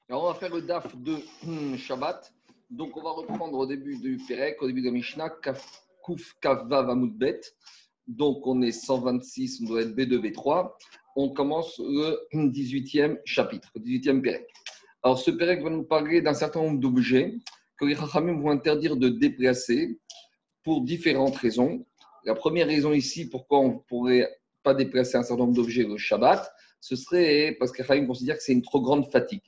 Alors, on va faire le DAF de Shabbat. Donc, on va reprendre au début du Pérec, au début de la Mishnah, Kouf Kaf Vav Amud Bet. Donc, on est 126, on doit être B2, B3. On commence le 18e chapitre, le 18e Pérec. Alors, ce Pérec va nous parler d'un certain nombre d'objets que les Chachamim vont interdire de déplacer pour différentes raisons. La première raison ici, pourquoi on ne pourrait pas déplacer un certain nombre d'objets le Shabbat, ce serait parce que les Chachamim considèrent que c'est une trop grande fatigue.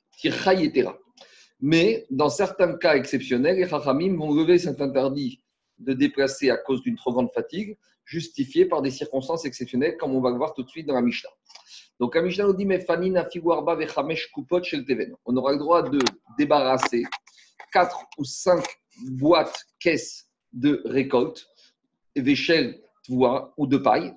Mais dans certains cas exceptionnels, les Chachamim vont lever cet interdit de déplacer à cause d'une trop grande fatigue, justifié par des circonstances exceptionnelles, comme on va le voir tout de suite dans la Mishnah. Donc la Mishnah nous dit mais Fanina Figuarba Vechamesh Kupot Shel Teven. On aura le droit de débarrasser 4 ou 5 boîtes, caisses de récolte, Vechel, ou de paille,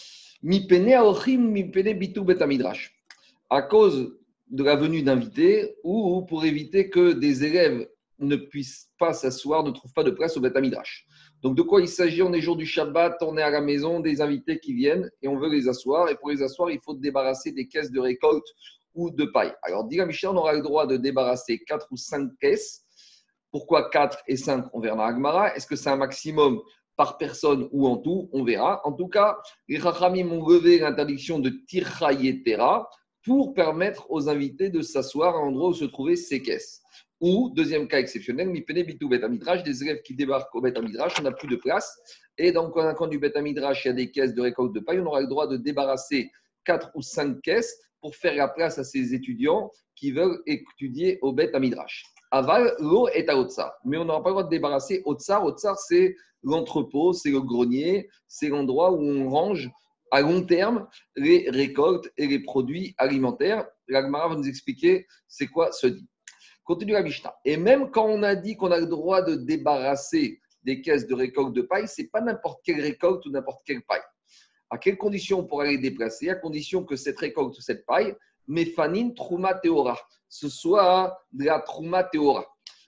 Mi Pene Aochim, Mi Pene Bitu Betamidrash. À cause de la venue d'invités ou pour éviter que des élèves ne puissent pas s'asseoir, ne trouvent pas de place au Beth Midrash. Donc de quoi il s'agit? On est jour du Shabbat, on est à la maison, des invités qui viennent et on veut les asseoir. Et pour les asseoir, il faut débarrasser des caisses de récolte ou de paille. Alors, dit la Mishnah, on aura le droit de débarrasser 4 ou 5 caisses. Pourquoi 4 et 5? On verra dans Agmara. Est-ce que c'est un maximum par personne ou en tout? On verra. En tout cas, les Chachamim ont levé l'interdiction de Tircha Yetera pour permettre aux invités de s'asseoir à l'endroit où se trouvaient ces caisses. Ou, deuxième cas exceptionnel, Mipene Bitou Bet Amidrash, des élèves qui débarquent au Bet Amidrash, on n'a plus de place. Et donc, dans un coin du Bet Amidrash, il y a des caisses de récolte de paille, on aura le droit de débarrasser 4 ou 5 caisses pour faire la place à ces étudiants qui veulent étudier au Bet Amidrash. Aval, l'eau est à Otsar. Mais on n'aura pas le droit de débarrasser Otsar. Otsar, c'est l'entrepôt, c'est le grenier, c'est l'endroit où on range à long terme les récoltes et les produits alimentaires. La Gemara va nous expliquer c'est quoi ce dit. Continue la Mishnah. Et même quand on a dit qu'on a le droit de débarrasser des caisses de récolte de paille, ce n'est pas n'importe quelle récolte ou n'importe quelle paille. À quelles conditions on pourra les déplacer? À condition que cette récolte ou cette paille, méfanine trouma théora, ce soit de la trouma théora,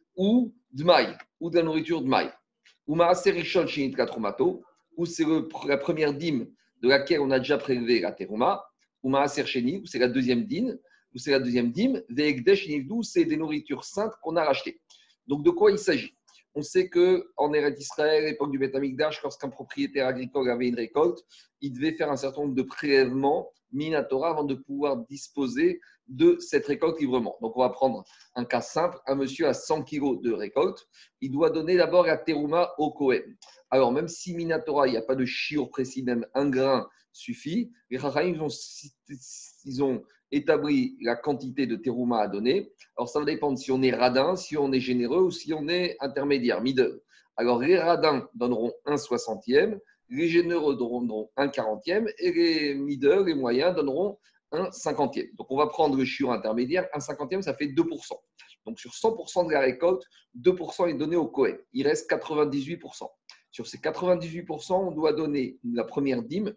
ou de maï, ou de la nourriture de maï, ou maaser rishon shinitra troumato, ou c'est la première dîme de laquelle on a déjà prélevé la terouma, ou maaser sheni, ou c'est la deuxième dîme, ou c'est la deuxième dîme, ve'ekdesh nivdou, c'est des nourritures saintes qu'on a rachetées. Donc de quoi il s'agit? On sait qu'en Eretz Israël, à l'époque du Beth Amikdash, lorsqu'un propriétaire agricole avait une récolte, il devait faire un certain nombre de prélèvements minatora avant de pouvoir disposer de cette récolte librement. Donc, on va prendre un cas simple. Un monsieur a 100 kg de récolte. Il doit donner d'abord la terouma au Kohen. Alors, même si minatora, il n'y a pas de chiour précis, même un grain suffit, les Chachamim, ils ont établi la quantité de terouma à donner. Alors, ça va dépendre si on est radin, si on est généreux ou si on est intermédiaire, middle. Alors, les radins donneront un soixantième, les généreux donneront un quarantième et les middle, les moyens, donneront un cinquantième. Donc, on va prendre le chiot intermédiaire. Un cinquantième, ça fait 2%. Donc, sur 100% de la récolte, 2% est donné au Kohen. Il reste 98%. Sur ces 98%, on doit donner la première dîme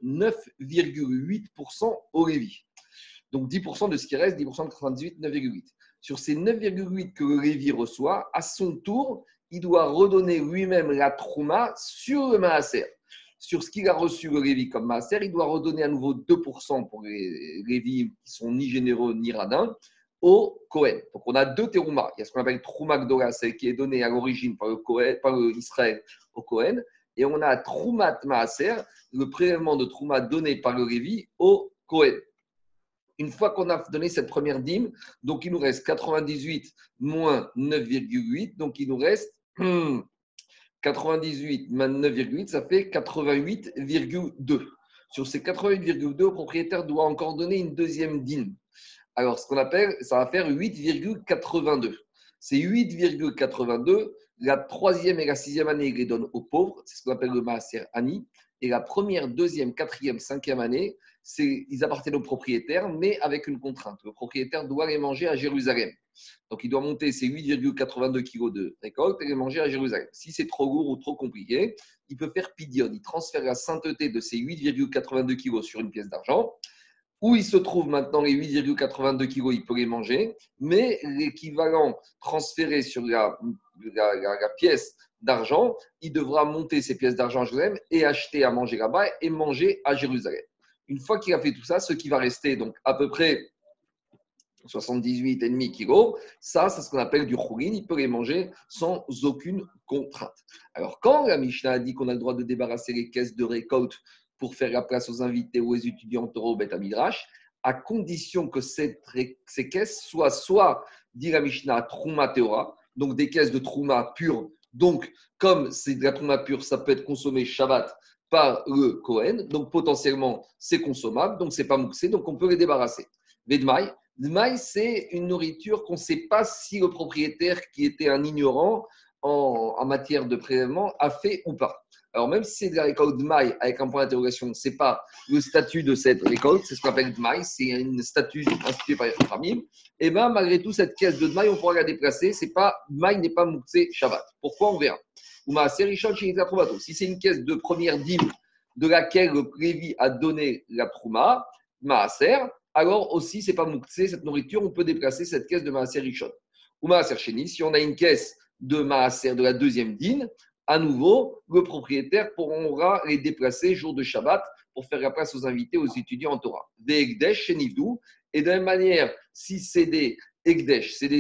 9,8% au Lévi. Donc 10% de ce qui reste, 10% de 98, 9,8. Sur ces 9,8 que le Lévi reçoit, à son tour, il doit redonner lui-même la trouma sur le maaser. Sur ce qu'il a reçu le Lévi comme maaser, il doit redonner à nouveau 2% pour les Lévi qui sont ni généreux ni radins au Kohen. Donc on a deux teroumas. Il y a ce qu'on appelle trouma gdola, celle qui est donnée à l'origine par le Kohen, par Israël au Kohen, et on a troumat maaser, le prélèvement de trouma donné par le Lévi au Kohen. Une fois qu'on a donné cette première dîme, donc il nous reste 98 moins 9,8, donc il nous reste 98 moins 9,8, ça fait 88,2. Sur ces 88,2, le propriétaire doit encore donner une deuxième dîme. Alors, ce qu'on appelle, ça va faire 8,82. C'est 8,82. La troisième et la sixième année, il les donne aux pauvres. C'est ce qu'on appelle le maaser ani. Et la première, deuxième, quatrième, cinquième année, ils appartiennent au propriétaire, mais avec une contrainte. Le propriétaire doit les manger à Jérusalem. Donc, il doit monter ses 8,82 kg de récolte et les manger à Jérusalem. Si c'est trop lourd ou trop compliqué, il peut faire pidion. Il transfère la sainteté de ces 8,82 kg sur une pièce d'argent. Où il se trouve maintenant les 8,82 kg, il peut les manger, mais l'équivalent transféré sur la pièce d'argent, il devra monter ces pièces d'argent à Jérusalem et acheter à manger là-bas et manger à Jérusalem. Une fois qu'il a fait tout ça, ce qui va rester, donc à peu près 78,5 kilos, ça, c'est ce qu'on appelle du choulin, il peut les manger sans aucune contrainte. Alors, quand la Mishnah a dit qu'on a le droit de débarrasser les caisses de récolte pour faire la place aux invités ou aux étudiants au Beth Midrash, à condition que ces caisses soient soit, dit la Mishnah, Trouma Teora, donc des caisses de Trouma pure. Donc, comme c'est de la Trouma pure, ça peut être consommé Shabbat par le Kohen, donc potentiellement c'est consommable, donc c'est pas mouxé, donc on peut les débarrasser. Vedmaï, le maïs, c'est une nourriture qu'on ne sait pas si le propriétaire, qui était un ignorant en matière de prélèvement, a fait ou pas. Alors, même si c'est de la récolte de maïs avec un point d'interrogation, on ne sait pas le statut de cette récolte, c'est ce qu'on appelle de maïs, c'est une statut instituée par les familles. Et bien, malgré tout, cette caisse de maïs, on pourra la déplacer. C'est pas, maïs n'est pas mouxé Shabbat. Pourquoi? On verra. Si c'est une caisse de première dîme de laquelle le Lévi a donné la trouma, maaser, alors aussi, c'est pas mouxé, cette nourriture, on peut déplacer cette caisse de maaser rishon. Ou maaser sheni, si on a une caisse de maaser de la deuxième dîme, à nouveau, le propriétaire pourra les déplacer jour de Shabbat pour faire la place aux invités, aux étudiants en Torah. Des Ekdesh, Shenivdou, et de la même manière, si c'est des Ekdesh, c'est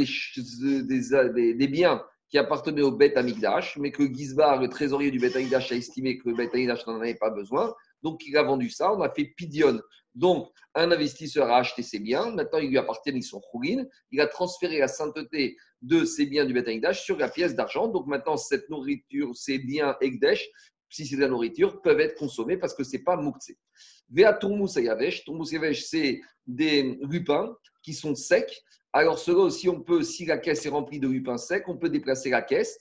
des biens qui appartenaient au Beth Amikdash, mais que le Gizbar, le trésorier du Beth Amikdash, a estimé que le Beth Amikdash n'en avait pas besoin, donc il a vendu ça, on a fait Pidion. Donc, un investisseur a acheté ses biens, maintenant ils lui appartiennent, ils sont choulines, il a transféré la sainteté de ces biens du Beth Amikdash sur la pièce d'argent. Donc maintenant, cette nourriture, ces biens Ekdesh, si c'est de la nourriture, peuvent être consommés parce que ce n'est pas mouktsé. Vea Tourmous Ayavesh, c'est des lupins qui sont secs. Alors, cela aussi, on peut, si la caisse est remplie de lupins secs, on peut déplacer la caisse,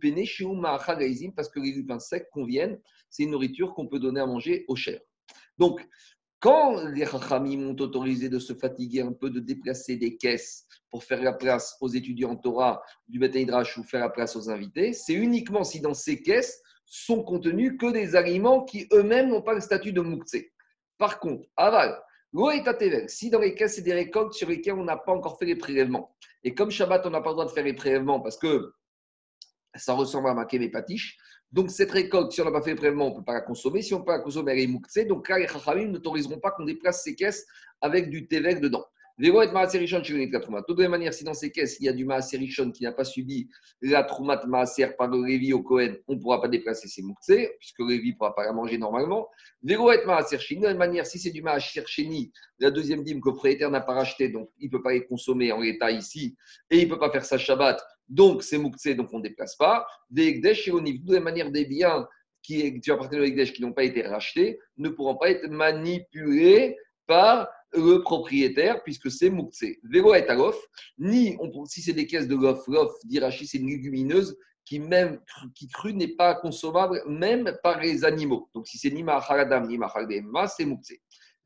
parce que les lupins secs conviennent. C'est une nourriture qu'on peut donner à manger aux chers. Donc, quand les Chachamim ont autorisé de se fatiguer un peu, de déplacer des caisses pour faire la place aux étudiants en Torah du Beth Midrash ou faire la place aux invités, c'est uniquement si dans ces caisses sont contenus que des aliments qui eux-mêmes n'ont pas le statut de mouktsé. Par contre, aval, l'eau est à tevel. Si dans les caisses, c'est des récoltes sur lesquelles on n'a pas encore fait les prélèvements, et comme Shabbat, on n'a pas le droit de faire les prélèvements parce que ça ressemble à maquet et patiche. Donc, cette récolte, si on n'a pas fait le prélèvement, on ne peut pas la consommer. Si on peut la consommer, elle est mouktsé. Donc là, les chachamim n'autoriseront pas qu'on déplace ces caisses avec du tevel dedans. Vélo et maaser rishon chez la trouma. De toute manière, si dans ces caisses, il y a du maaser rishon qui n'a pas subi la trouma de maaser par le Lévi au Kohen, on ne pourra pas déplacer ces mouktsé, puisque le Lévi ne pourra pas la manger normalement. Vélo et maaser sheni. De la même manière, si c'est du maaser sheni, la deuxième dîme que le propriétaire n'a pas racheté, donc il ne peut pas les consommer en l'état ici, et il ne peut pas faire ça Shabbat. Donc, c'est mouktsé, donc on ne déplace pas. Des Ekdesh et Onif, de la manière des biens qui appartiennent au Ekdesh qui n'ont pas été rachetés, ne pourront pas être manipulés par le propriétaire, puisque c'est mouktsé. Vélo et Alof, si c'est des caisses de lof, d'Irachi, c'est une légumineuse qui crue n'est pas consommable même par les animaux. Donc, si c'est ni Maharadam ni Mahardema, c'est mouktsé.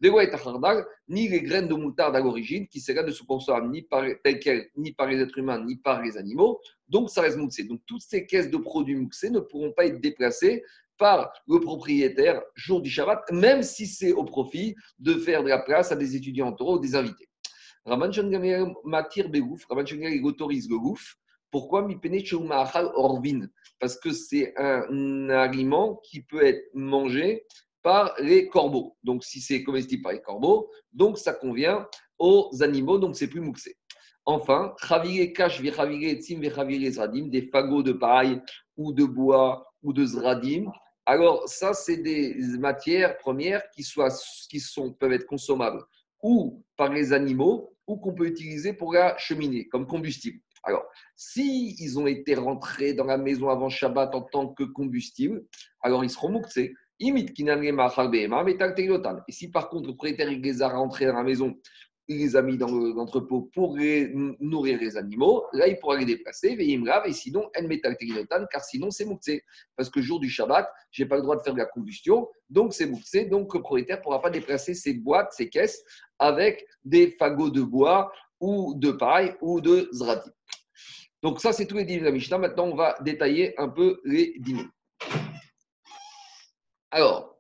Ni les graines de moutarde à l'origine, qui seraient de se consommer ni par les êtres humains, ni par les animaux. Donc, ça reste mouxé. Donc, toutes ces caisses de produits mouxés ne pourront pas être déplacées par le propriétaire jour du Shabbat, même si c'est au profit de faire de la place à des étudiants en Torah ou des invités. Rabban Shon m'attire des gouffres. Rabban Shon il autorise le gouffre. Pourquoi orvin? Parce que c'est un aliment qui peut être mangé par les corbeaux. Donc, si c'est comestible par les corbeaux, donc ça convient aux animaux, donc c'est plus mouxé. Enfin, des fagots de paille ou de bois ou de zradim. Alors, ça, c'est des matières premières peuvent être consommables ou par les animaux ou qu'on peut utiliser pour la cheminée comme combustible. Alors, si ils ont été rentrés dans la maison avant Shabbat en tant que combustible, alors ils seront mouxés. Et si par contre le propriétaire il les a rentrés dans la maison, il les a mis dans l'entrepôt pour nourrir les animaux, là il pourra les déplacer, et sinon, car sinon c'est mouxé. Parce que jour du Shabbat, je n'ai pas le droit de faire de la combustion, donc c'est mouxé, donc le propriétaire ne pourra pas déplacer ses boîtes, ses caisses avec des fagots de bois ou de paille ou de zrati. Donc ça, c'est tous les dîmes de la Mishnah. Maintenant, on va détailler un peu les dîmes. Alors,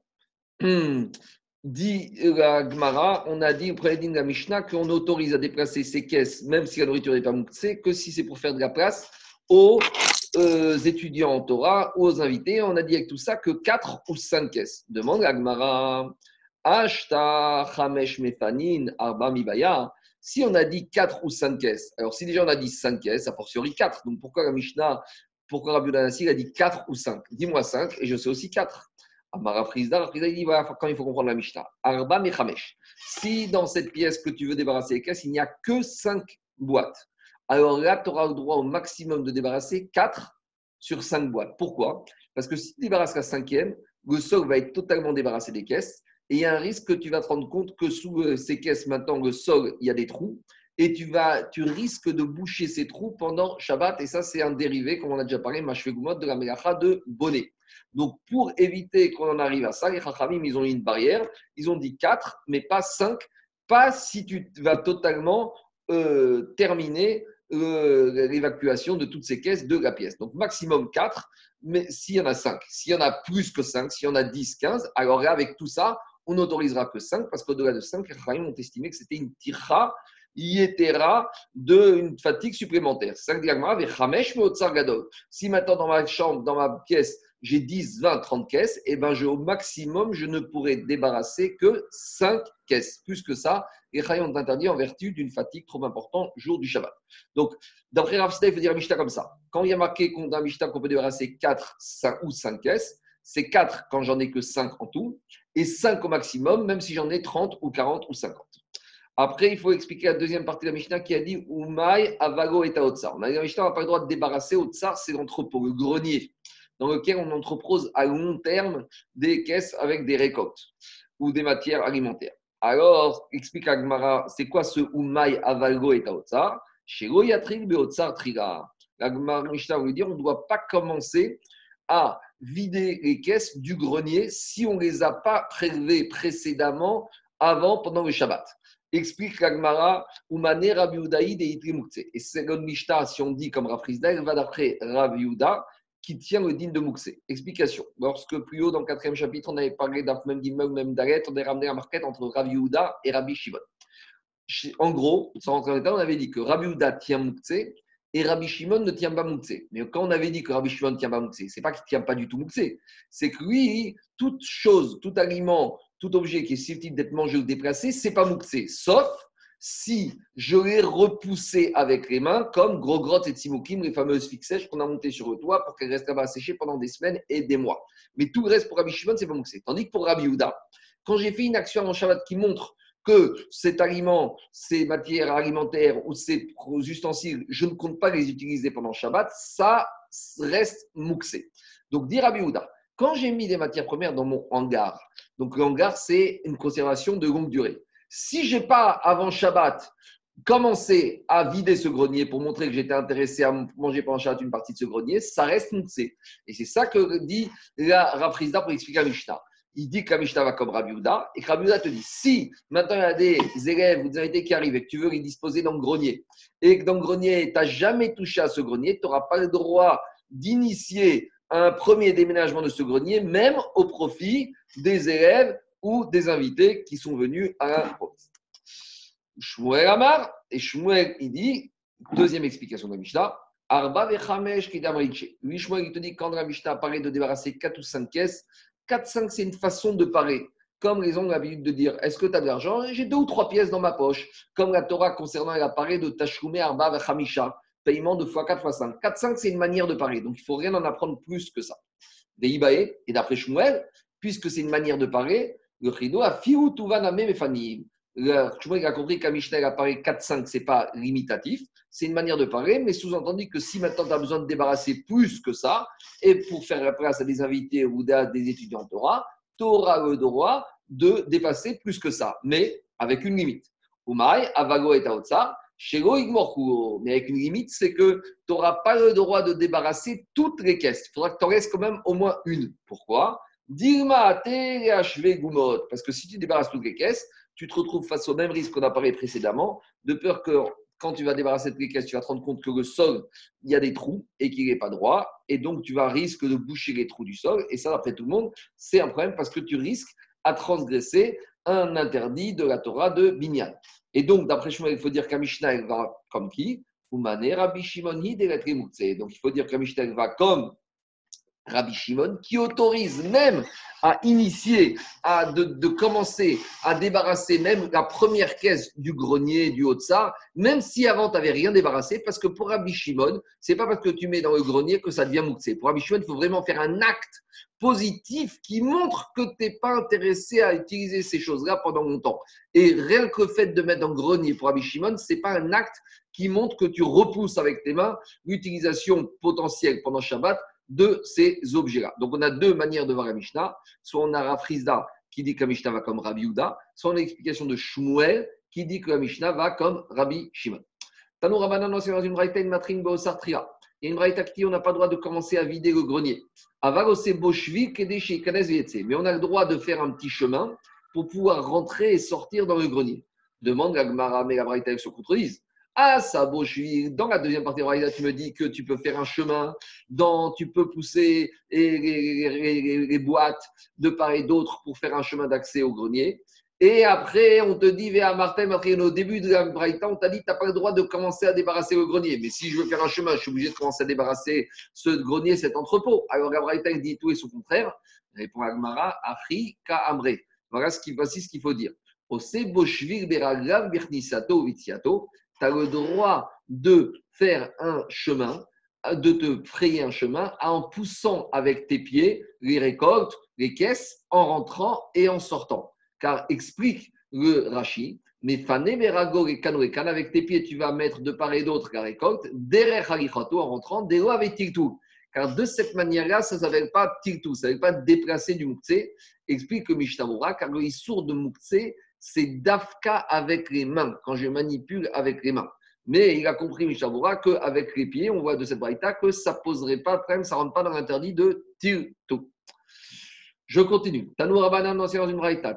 dit la Gemara, on a dit auprès des dîmes de la Mishnah qu'on autorise à déplacer ces caisses, même si la nourriture n'est pas mouxée, que si c'est pour faire de la place aux étudiants en Torah ou aux invités. On a dit avec tout ça que 4 ou 5 caisses. Demande la Gemara, Ashta Chamesh Mefanin Arba Mibaya. Si on a dit 4 ou 5 caisses, alors si déjà on a dit 5 caisses, a fortiori 4. Donc pourquoi la Mishnah, pourquoi Rabbi Yehuda Hanassi a dit 4 ou 5? Dis-moi 5 et je sais aussi 4. Amara Frisda, il dit voilà, quand il faut comprendre la Mishnah. Arba Mechamesh. Si dans cette pièce que tu veux débarrasser les caisses, il n'y a que 5 boîtes, alors là, tu auras le droit au maximum de débarrasser 4 sur 5 boîtes. Pourquoi? Parce que si tu débarrasses la cinquième, le sol va être totalement débarrassé des caisses. Et il y a un risque que tu vas te rendre compte que sous ces caisses, maintenant, le sol, il y a des trous. Et tu risques de boucher ces trous pendant Shabbat. Et ça, c'est un dérivé, comme on a déjà parlé, Mashvegumot, de la Melacha de Bonnet. Donc, pour éviter qu'on en arrive à ça, les Chachamim, ils ont eu une barrière. Ils ont dit 4, mais pas 5. Pas si tu vas totalement terminer l'évacuation de toutes ces caisses de la pièce. Donc, maximum 4, mais s'il y en a 5. S'il y en a plus que 5, s'il y en a 10, 15, alors là, avec tout ça, on n'autorisera que 5, parce qu'au-delà de 5, les Chachamim ont estimé que c'était une tira yétera d'une fatigue supplémentaire. Si maintenant dans ma chambre, dans ma pièce, j'ai 10, 20, 30 caisses, et ben au maximum, je ne pourrai débarrasser que 5 caisses. Plus que ça, les Chachamim ont interdit en vertu d'une fatigue trop importante jour du Shabbat. Donc, d'après Rav Sida, il faut dire Mishnah comme ça. Quand il y a marqué dans Mishnah qu'on peut débarrasser 4, 5 ou 5 caisses, c'est 4 quand j'en ai que 5 en tout, et 5 au maximum, même si j'en ai 30 ou 40 ou 50. Après, il faut expliquer la deuxième partie de la Mishnah qui a dit Umay, Avago et Taotsar. On a dit la Mishnah n'a pas le droit de débarrasser. Otsar, c'est l'entrepôt, le grenier, dans lequel on entrepose à long terme des caisses avec des récoltes ou des matières alimentaires. Alors, explique à Gmara, c'est quoi ce Umay, Avago et Taotsar? Chez Goyatrik, Beotsar, Triga. La Mishnah veut dire on ne doit pas commencer à vider les caisses du grenier si on ne les a pas prélevées précédemment, pendant le Shabbat. Explique l'Agmara, Oumane Rabbi Yehudaïd et Itri Moukse. Et c'est le Mishnah, si on dit comme Rav Frisda, elle va d'après Rabbi Yehuda qui tient le din de Moukse. Explication. Lorsque plus haut, dans le 4e chapitre, on avait parlé d'un même Gimel, même Dalet, on a ramené la marquette entre Rabbi Yehuda et Rabbi Shimon. En gros, sans rentrer dans les détails, on avait dit que Rabbi Yehuda tient Moukse et Rabbi Shimon ne tient pas Moukse. Mais quand on avait dit que Rabbi Shimon ne tient pas Moukse, c'est pas qu'il ne tient pas du tout Moukse, c'est que lui, toute chose, tout aliment, tout objet qui est susceptible d'être mangé ou déplacé, c'est pas Moukse. Sauf si je l'ai repoussé avec les mains, comme Gros Grotte et Tzimokim, les fameuses figues sèches qu'on a montées sur le toit pour qu'elles restent là-bas à sécher pendant des semaines et des mois. Mais tout le reste pour Rabbi Shimon, c'est pas Moukse. Tandis que pour Rabbi Yehuda, quand j'ai fait une action en Shabbat qui montre que cet aliment, ces matières alimentaires ou ces ustensiles, je ne compte pas les utiliser pendant Shabbat, ça reste mouxé. Donc, dit Rabbi Yehuda, quand j'ai mis des matières premières dans mon hangar, donc le hangar, c'est une conservation de longue durée. Si je n'ai pas, avant Shabbat, commencé à vider ce grenier pour montrer que j'étais intéressé à manger pendant Shabbat une partie de ce grenier, ça reste mouxé. Et c'est ça que dit la Rav Frisda pour expliquer la Mishnah. Il dit que la Mishnah va comme Rabbi Yehuda, et que Rabbi Yehuda te dit, si maintenant il y a des élèves ou des invités qui arrivent et que tu veux les disposer dans le grenier, et que dans le grenier, tu n'as jamais touché à ce grenier, tu n'auras pas le droit d'initier un premier déménagement de ce grenier, même au profit des élèves ou des invités qui sont venus à la province. Shmuel Amar, et Shmuel, il dit, deuxième explication de la Mishnah, Arba vechamesh kidam riche. Lui, Shmuel, il te dit, quand la Mishnah parlait de débarrasser 4 ou 5 caisses, 4-5, c'est une façon de parer. Comme les gens ont l'habitude de dire, est-ce que tu as de l'argent? J'ai 2 ou 3 pièces dans ma poche. Comme la Torah concernant la parée de Tashloumé Arba Vachamisha, paiement de x4 x 5. 4-5, c'est une manière de parer. Donc, il ne faut rien en apprendre plus que ça. Des Ibaé, et d'après Shmuel, puisque c'est une manière de parer, le Chido a fiou tuvaname mefanim. Shmuel a compris qu'à Mishnah, apparaît 4-5, ce n'est pas limitatif. C'est une manière de parer, mais sous-entendu que si maintenant tu as besoin de débarrasser plus que ça, et pour faire la place à des invités ou à des étudiants Torah, tu auras le droit de dépasser plus que ça, mais avec une limite. Umay, Avago et Taotsa, Shego Igmorkuo. Mais avec une limite, c'est que tu n'auras pas le droit de débarrasser toutes les caisses. Il faudra que tu en restes quand même au moins une. Pourquoi? Dilma, Te, Gumot. Parce que si tu débarrasses toutes les caisses, tu te retrouves face au même risque qu'on a parlé précédemment, de peur que quand tu vas débarrasser de tes caisses, tu vas te rendre compte que le sol, il y a des trous et qu'il n'est pas droit. Et donc, tu vas risquer de boucher les trous du sol. Et ça, d'après tout le monde, c'est un problème parce que tu risques à transgresser un interdit de la Torah de Binyan. Et donc, d'après Shmuel, il faut dire qu'à Mishnah, elle va comme qui? Umane Rabbi Shimon hi de la Trimutse. Donc, il faut dire qu'à Mishnah, elle va comme Rabbi Shimon, qui autorise même à initier, de commencer à débarrasser même la première caisse du grenier, du Haut-Tsar, même si avant tu n'avais rien débarrassé, parce que pour Rabbi Shimon, c'est pas parce que tu mets dans le grenier que ça devient Mouktsé. Pour Rabbi Shimon, il faut vraiment faire un acte positif qui montre que tu n'es pas intéressé à utiliser ces choses-là pendant longtemps. Et rien que le fait de mettre dans le grenier pour Rabbi Shimon, ce n'est pas un acte qui montre que tu repousses avec tes mains l'utilisation potentielle pendant Shabbat de ces objets-là. Donc, on a deux manières de voir la Mishnah. Soit on a Rav Hizda qui dit que la Mishnah va comme Rabbi Yehuda, soit on a l'explication de Shmuel qui dit que la Mishnah va comme Rabbi Shimon. Tanou Rabbanan, c'est dans une braïta, une matrine Sartria. Il y a une braïta qui dit on n'a pas le droit de commencer à vider le grenier. Mais on a le droit de faire un petit chemin pour pouvoir rentrer et sortir dans le grenier. Demande la Gemara, mais la braïta se contredise. Ah, ça, bon, dans la deuxième partie de la tu me dis que tu peux faire un chemin, tu peux pousser les boîtes de part et d'autre pour faire un chemin d'accès au grenier. Et après, on te dit, au début de la braïta, on t'a dit, tu n'as pas le droit de commencer à débarrasser le grenier. Mais si je veux faire un chemin, je suis obligé de commencer à débarrasser ce grenier, cet entrepôt. Alors la braïta, il dit tout et son contraire. Répond Agmara, Afri, Ka Amré. Voici ce qu'il faut dire. Tu as le droit de faire un chemin, de te frayer un chemin en poussant avec tes pieds les récoltes, les caisses, en rentrant et en sortant. Car explique le Rashi, mais fané verago et kanoekan, avec tes pieds, tu vas mettre de part et d'autre la récolte, derrière halichato en rentrant, dero avec tiltou. Car de cette manière-là, ça ne s'appelle pas tiltou, ça ne s'appelle pas déplacer du mouktsé. Explique le Mishnah, car le issour de mouktsé, c'est dafka avec les mains, quand je manipule avec les mains. Mais il a compris, Mishabura, qu'avec les pieds, on voit de cette braïta que ça ne poserait pas de problème, ça ne rentre pas dans l'interdit de tiltou. Je continue. Tanou Rabbanan, dans une braïta.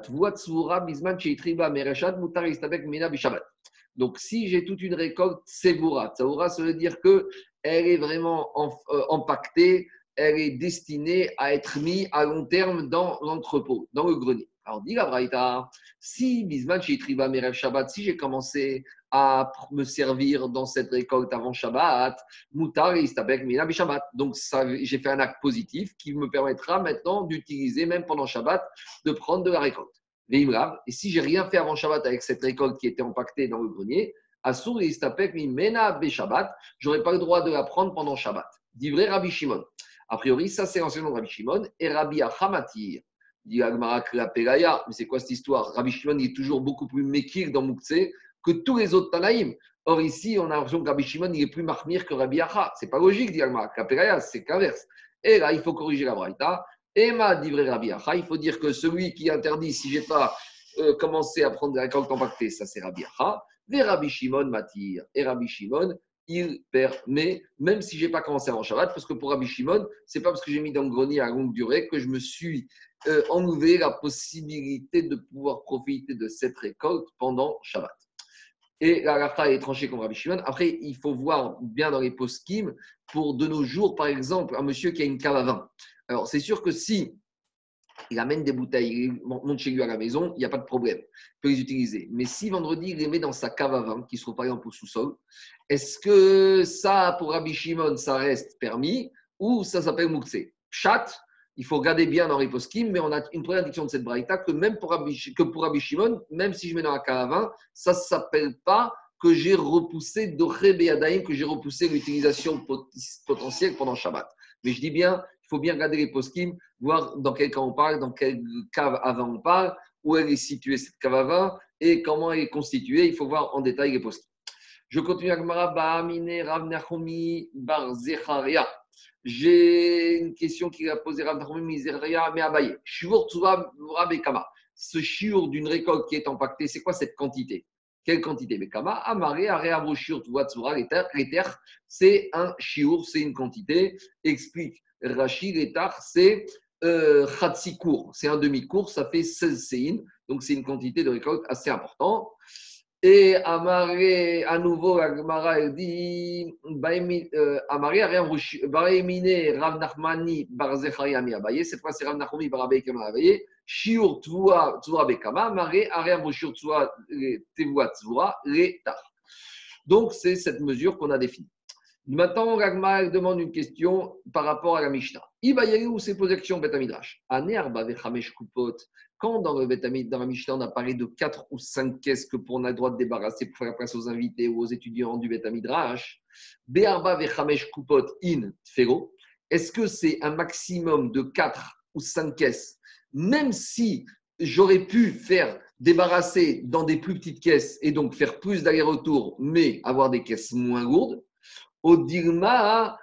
Donc, si j'ai toute une récolte, Sevoura. Sevoura, ça veut dire qu'elle est vraiment empaquetée, elle est destinée à être mise à long terme dans l'entrepôt, dans le grenier. Alors, dit la braïta, si Bisman Sheitriba Merev Shabbat, si j'ai commencé à me servir dans cette récolte avant Shabbat, Moutar et Istabek Mina Shabbat. Donc, j'ai fait un acte positif qui me permettra maintenant d'utiliser, même pendant Shabbat, de prendre de la récolte. Et si j'ai rien fait avant Shabbat avec cette récolte qui était empaquetée dans le grenier, Asur et Istabek Mena Shabbat, je n'aurai pas le droit de la prendre pendant Shabbat. Dit vrai Rabbi Shimon. A priori, ça c'est l'enseignement de Rabbi Shimon et Rabbi Achamatir. Dit Agmara Klapelaya. Mais c'est quoi cette histoire? Rabbi Shimon est toujours beaucoup plus mékir dans Mouktsé que tous les autres Tanaïm. Or, ici, on a l'impression que Rabbi Shimon il est plus mahmir que Rabbi Acha. Ce n'est pas logique, dit Agmara. Klapelaya, c'est qu'inverse. Et là, il faut corriger la braïta. Emma dit vrai Rabbi Acha. Il faut dire que celui qui interdit, si je n'ai pas commencé à prendre des récoltes compactées, ça c'est Rabbi Acha. Et Rabbi Shimon m'attire. Et Rabbi Shimon, il permet, même si je n'ai pas commencé avant Shabbat, parce que pour Rabbi Shimon, ce n'est pas parce que j'ai mis dans le grenier à longue durée que je me suis enlevé la possibilité de pouvoir profiter de cette récolte pendant Shabbat. Et la halakha est tranchée comme Rabbi Shimon. Après, il faut voir bien dans les poskim, pour de nos jours, par exemple, un monsieur qui a une cave à vin. Alors, c'est sûr que si il amène des bouteilles, il monte chez lui à la maison, il n'y a pas de problème. Il peut les utiliser. Mais si vendredi, il les met dans sa cave à vin, qui se trouve par exemple au sous-sol, est-ce que ça, pour Rabbi Shimon, ça reste permis ou ça s'appelle Mouktsé? Chat, il faut regarder bien dans les poskim, mais on a une première indication de cette braïta que même pour Rabbi Shimon, même si je mets dans la cave à vin, ça ne s'appelle pas que j'ai repoussé Doché Beyadaïm, que j'ai repoussé l'utilisation potentielle pendant Shabbat. Mais je dis bien, il faut bien regarder les poskim, voir dans quel cas on parle, dans quelle cave à vin on parle, où elle est située cette cave à vin et comment elle est constituée. Il faut voir en détail les poskim. Je continue avec Mara Bahamine Rav Nachomi Bar Zecharia. J'ai une question qu'il a posée Rav Nachomi Zecharia, mais Abaye. Shiur Tzuva Bekama. Ce shiur d'une récolte qui est empaquetée, c'est quoi cette quantité? Quelle quantité? Bekama Amaré Areavo Shiur Tzuva Tzura. Les terres, c'est un shiur, c'est une quantité. Explique Rashi, les terres, c'est Khatsi court. C'est un demi-cours, ça fait 16 séines. Donc c'est une quantité de récolte assez importante. Et Amaré, à nouveau, Agmara, elle dit Amaré, Barémine, Rav Nachmani, Bar Zecharia, Mi Abaye. Cette fois, c'est Rav Nachmani, Bar Abaye, Kama Abaye. Shiur, Tvua, Bekama. Amaré, Aream, Shiur, Tvua, Tvua, Tvua, Retar. Donc, c'est cette mesure qu'on a définie. Maintenant, Ragma demande une question par rapport à la Mishnah. Ibayari ou s'est posé la question Beth Midrash. Anerba vechamesh kupot. Quand dans le dans la Mishnah, on a parlé de 4 ou 5 caisses que pour on a le droit de débarrasser pour faire la place aux invités ou aux étudiants du Beth Midrash, Be'arba vechamesh kupot in tfero. Est-ce que c'est un maximum de 4 ou 5 caisses, même si j'aurais pu faire débarrasser dans des plus petites caisses et donc faire plus d'aller-retour, mais avoir des caisses moins lourdes? Odirma,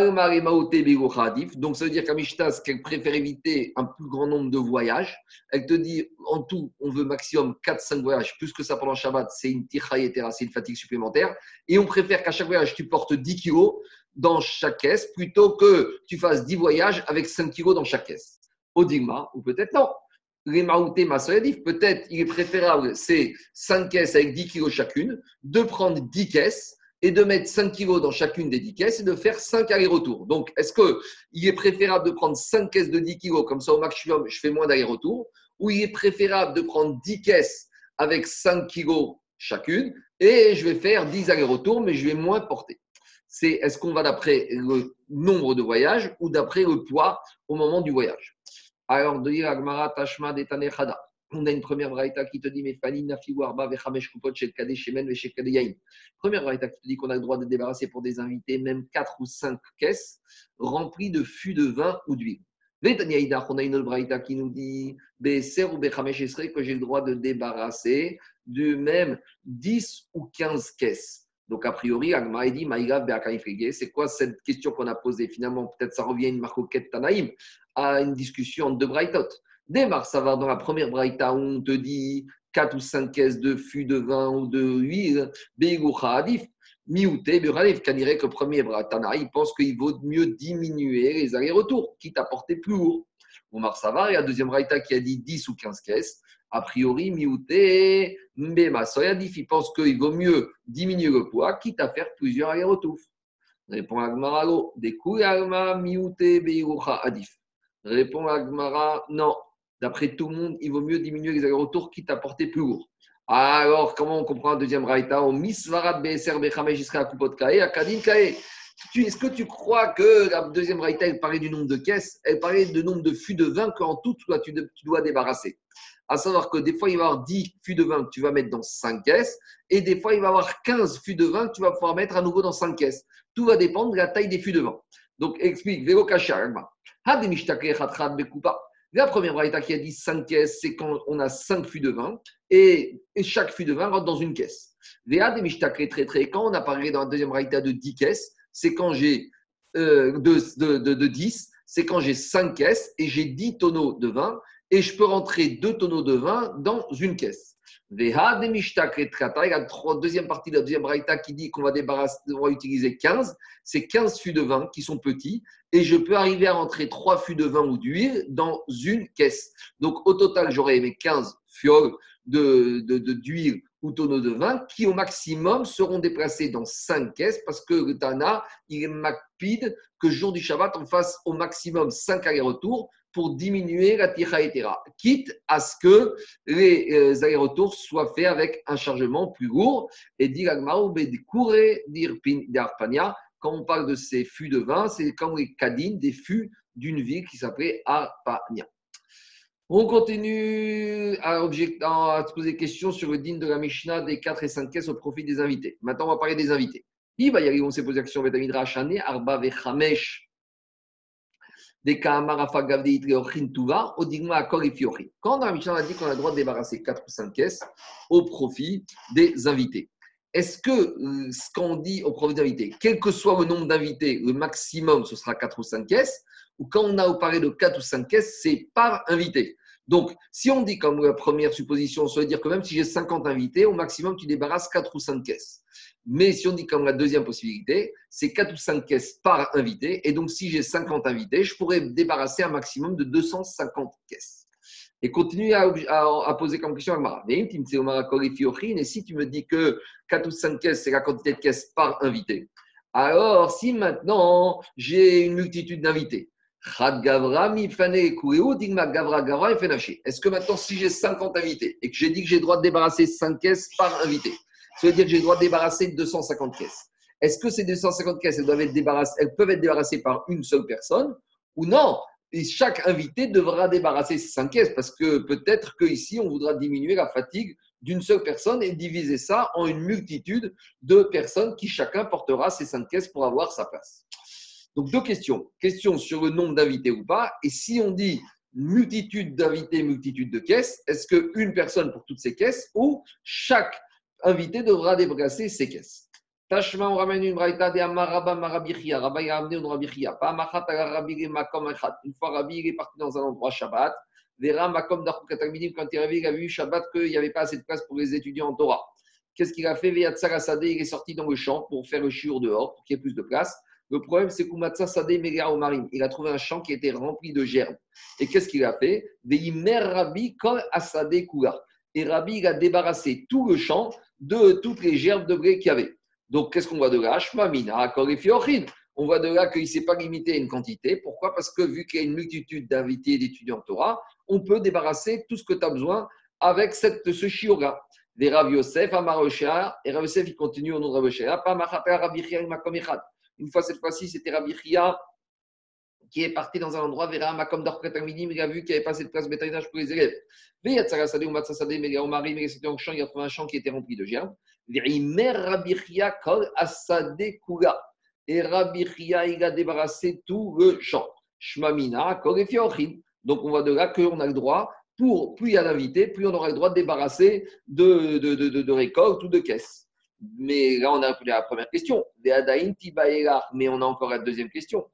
donc, ça veut dire qu'à Mishtas, qu'elle préfère éviter un plus grand nombre de voyages. Elle te dit, en tout, on veut maximum 4-5 voyages. Plus que ça pendant Shabbat, c'est une tichayetera, c'est une fatigue supplémentaire. Et on préfère qu'à chaque voyage, tu portes 10 kilos dans chaque caisse, plutôt que tu fasses 10 voyages avec 5 kilos dans chaque caisse. Odigma, ou peut-être non. Les maouté masoyadif, peut-être il est préférable, c'est 5 caisses avec 10 kilos chacune, de prendre 10 caisses et de mettre 5 kilos dans chacune des 10 caisses et de faire 5 allers-retours. Donc, est-ce qu'il est préférable de prendre 5 caisses de 10 kilos, comme ça au maximum, je fais moins d'allers-retours, ou il est préférable de prendre 10 caisses avec 5 kilos chacune et je vais faire 10 allers-retours, mais je vais moins porter? Est-ce qu'on va d'après le nombre de voyages ou d'après le poids au moment du voyage? Alors, de dire Agmara Tashma de Tanechada. On a une première braïta qui te dit mais Fani Nafi Warba Vechamesh Kupot Shel Kadeh Shemen Veshel Kadeh Yain. Première braïta qui te dit qu'on a le droit de débarrasser pour des invités même 4 ou 5 caisses remplies de fûts de vin ou d'huile. Vetaniaïda, on a une autre braïta qui nous dit Beser ou Bechamesh Esrei que j'ai le droit de débarrasser de même 10 ou 15 caisses. Donc, a priori, Agmara dit Maïgav Beakaifrige. C'est quoi cette question qu'on a posée? Finalement, peut-être ça revient à une marcoquette Tanaïm, à une discussion de braïtot. Démarre, ça va dans la première braïta où on te dit 4 ou 5 caisses de fût de vin ou de huile, Beigoucha Adif, Miouté, Buralif, qui dirait que le premier braïtana, il pense qu'il vaut mieux diminuer les allers-retours, quitte à porter plus lourd. Omar Savar, et la deuxième braïta qui a dit 10 ou 15 caisses, a priori, Miouté, Mbema Soyadif, il pense qu'il vaut mieux diminuer le poids, quitte à faire plusieurs allers-retours. Répond Agmaralo, des Alma, Miouté, Beigoucha Adif. Répond Agmara, non. D'après tout le monde, il vaut mieux diminuer les allers-retours quitte à porter plus lourd. Alors, comment on comprend un deuxième raïta? Au misvarat BSR Bechamesh Israël à Kupot Kae, à Kadin Kae. Est-ce que tu crois que la deuxième raïta, elle parlait du nombre de caisses? Elle parlait du nombre de fûts de vin qu'en tout, tu dois débarrasser. À savoir que des fois, il va y avoir 10 fûts de vin que tu vas mettre dans 5 caisses, et des fois, il va y avoir 15 fûts de vin que tu vas pouvoir mettre à nouveau dans 5 caisses. Tout va dépendre de la taille des fûts de vin. Donc, explique, Vélo Kachar, la première braïta qui a dit 5 caisses, c'est quand on a 5 fûts de vin et chaque fût de vin rentre dans une caisse. Quand on a parlé dans la deuxième braïta de 10 caisses, c'est quand j'ai de 10, c'est quand j'ai 5 caisses et j'ai 10 tonneaux de vin et je peux rentrer 2 tonneaux de vin dans une caisse. Et la deuxième partie de la deuxième braïta qui dit qu'on va utiliser 15, c'est 15 fûts de vin qui sont petits et je peux arriver à rentrer 3 fûts de vin ou d'huile dans une caisse. Donc au total, j'aurai mes 15 fioles d'huile ou tonneaux de vin qui au maximum seront déplacés dans 5 caisses parce que le Tana, il est macpide que le jour du Shabbat, on fasse au maximum 5 allers-retours pour diminuer la tichaïtera, quitte à ce que les allers-retours soient faits avec un chargement plus lourd. Et quand on parle de ces fûts de vin, c'est comme les cadines des fûts d'une ville qui s'appelait Arpania. On continue à se poser des questions sur le din de la Mishnah des 4 et 5 caisses au profit des invités. Maintenant, on va parler des invités. On s'est posé la question avec Midrash Arba Vechamesh. Quand dans la Mishnah, on a dit qu'on a le droit de débarrasser 4 ou 5 caisses au profit des invités. Est-ce que ce qu'on dit au profit des invités, quel que soit le nombre d'invités, le maximum, ce sera 4 ou 5 caisses, ou quand on a parlé de 4 ou 5 caisses, c'est par invité? Donc, si on dit comme la première supposition, ça veut dire que même si j'ai 50 invités, au maximum, tu débarrasses 4 ou 5 caisses. Mais si on dit comme la deuxième possibilité, c'est 4 ou 5 caisses par invité. Et donc, si j'ai 50 invités, je pourrais débarrasser un maximum de 250 caisses. Et continue à poser comme question à Mara. Et si tu me dis que 4 ou 5 caisses, c'est la quantité de caisses par invité, alors si maintenant j'ai une multitude d'invités, est-ce que maintenant, si j'ai 50 invités et que j'ai dit que j'ai le droit de débarrasser 5 caisses par invité, ça veut dire que j'ai le droit de débarrasser 250 caisses. Est-ce que ces 250 caisses, elles peuvent être débarrassées par une seule personne ou non? Et chaque invité devra débarrasser ces 5 caisses parce que peut-être qu'ici, on voudra diminuer la fatigue d'une seule personne et diviser ça en une multitude de personnes qui chacun portera ces 5 caisses pour avoir sa place. Donc, deux questions. Question sur le nombre d'invités ou pas. Et si on dit multitude d'invités, multitude de caisses, est-ce qu'une personne pour toutes ces caisses ou chaque invité devra déplacer ses caisses? Tashma, on ramène une braïta de Amaraba Marabichia. Rabbi a amené une Rabichia. Pas Machat à Rabbi et Makom Echat. Une fois Rabbi est parti dans un endroit Shabbat. Vera Makom Dachoukat Talmidim, quand il a vu Shabbat qu'il n'y avait pas assez de place pour les étudiants en Torah. Qu'est-ce qu'il a fait? Veyatsara Sadeh, il est sorti dans le champ pour faire le shiur dehors, pour qu'il y ait plus de place. Le problème, c'est qu'Oumatsa Sadeh Mega Omarim. Il a trouvé un champ qui était rempli de gerbes. Et qu'est-ce qu'il a fait? Veimer Rabbi Kol Asadeh Kula. Et Rabbi, il a débarrassé tout le champ de toutes les gerbes de blé qu'il y avait. Donc, qu'est-ce qu'on voit de là? Shmamina, Korefiochin. On voit de là qu'il ne s'est pas limité à une quantité. Pourquoi? Parce que vu qu'il y a une multitude d'invités et d'étudiants Torah, on peut débarrasser tout ce que tu as besoin avec ce shiur-là. Des Rav Yosef, Amar Oshea, et Rav Yosef, il continue au nom de Rav Oshea, pas Machata Rabbi Chia, Makom Echad. Une fois, cette fois-ci, c'était Rabbi Chia qui est parti dans un endroit, Vera Makom Dorket Midim, il a vu qu'il n'y avait pas cette place bétaillage pour les élèves. Mais il y a Tsarasade ou Matsasade, mais il y a Omari, mais c'était un champ, il y a trouvé un champ qui était rempli de gerbes. Verimer Rabbi Chia Kol Asade Kula. Et Rabbi Chia, il a débarrassé tout le champ. Shmamina, Kol et Fiochin. Donc on voit de là qu'on a le droit, plus il y a d'invités, plus on aura le droit de débarrasser de récoltes ou de caisses. Mais là, on a la première question. Mais on a encore la deuxième question.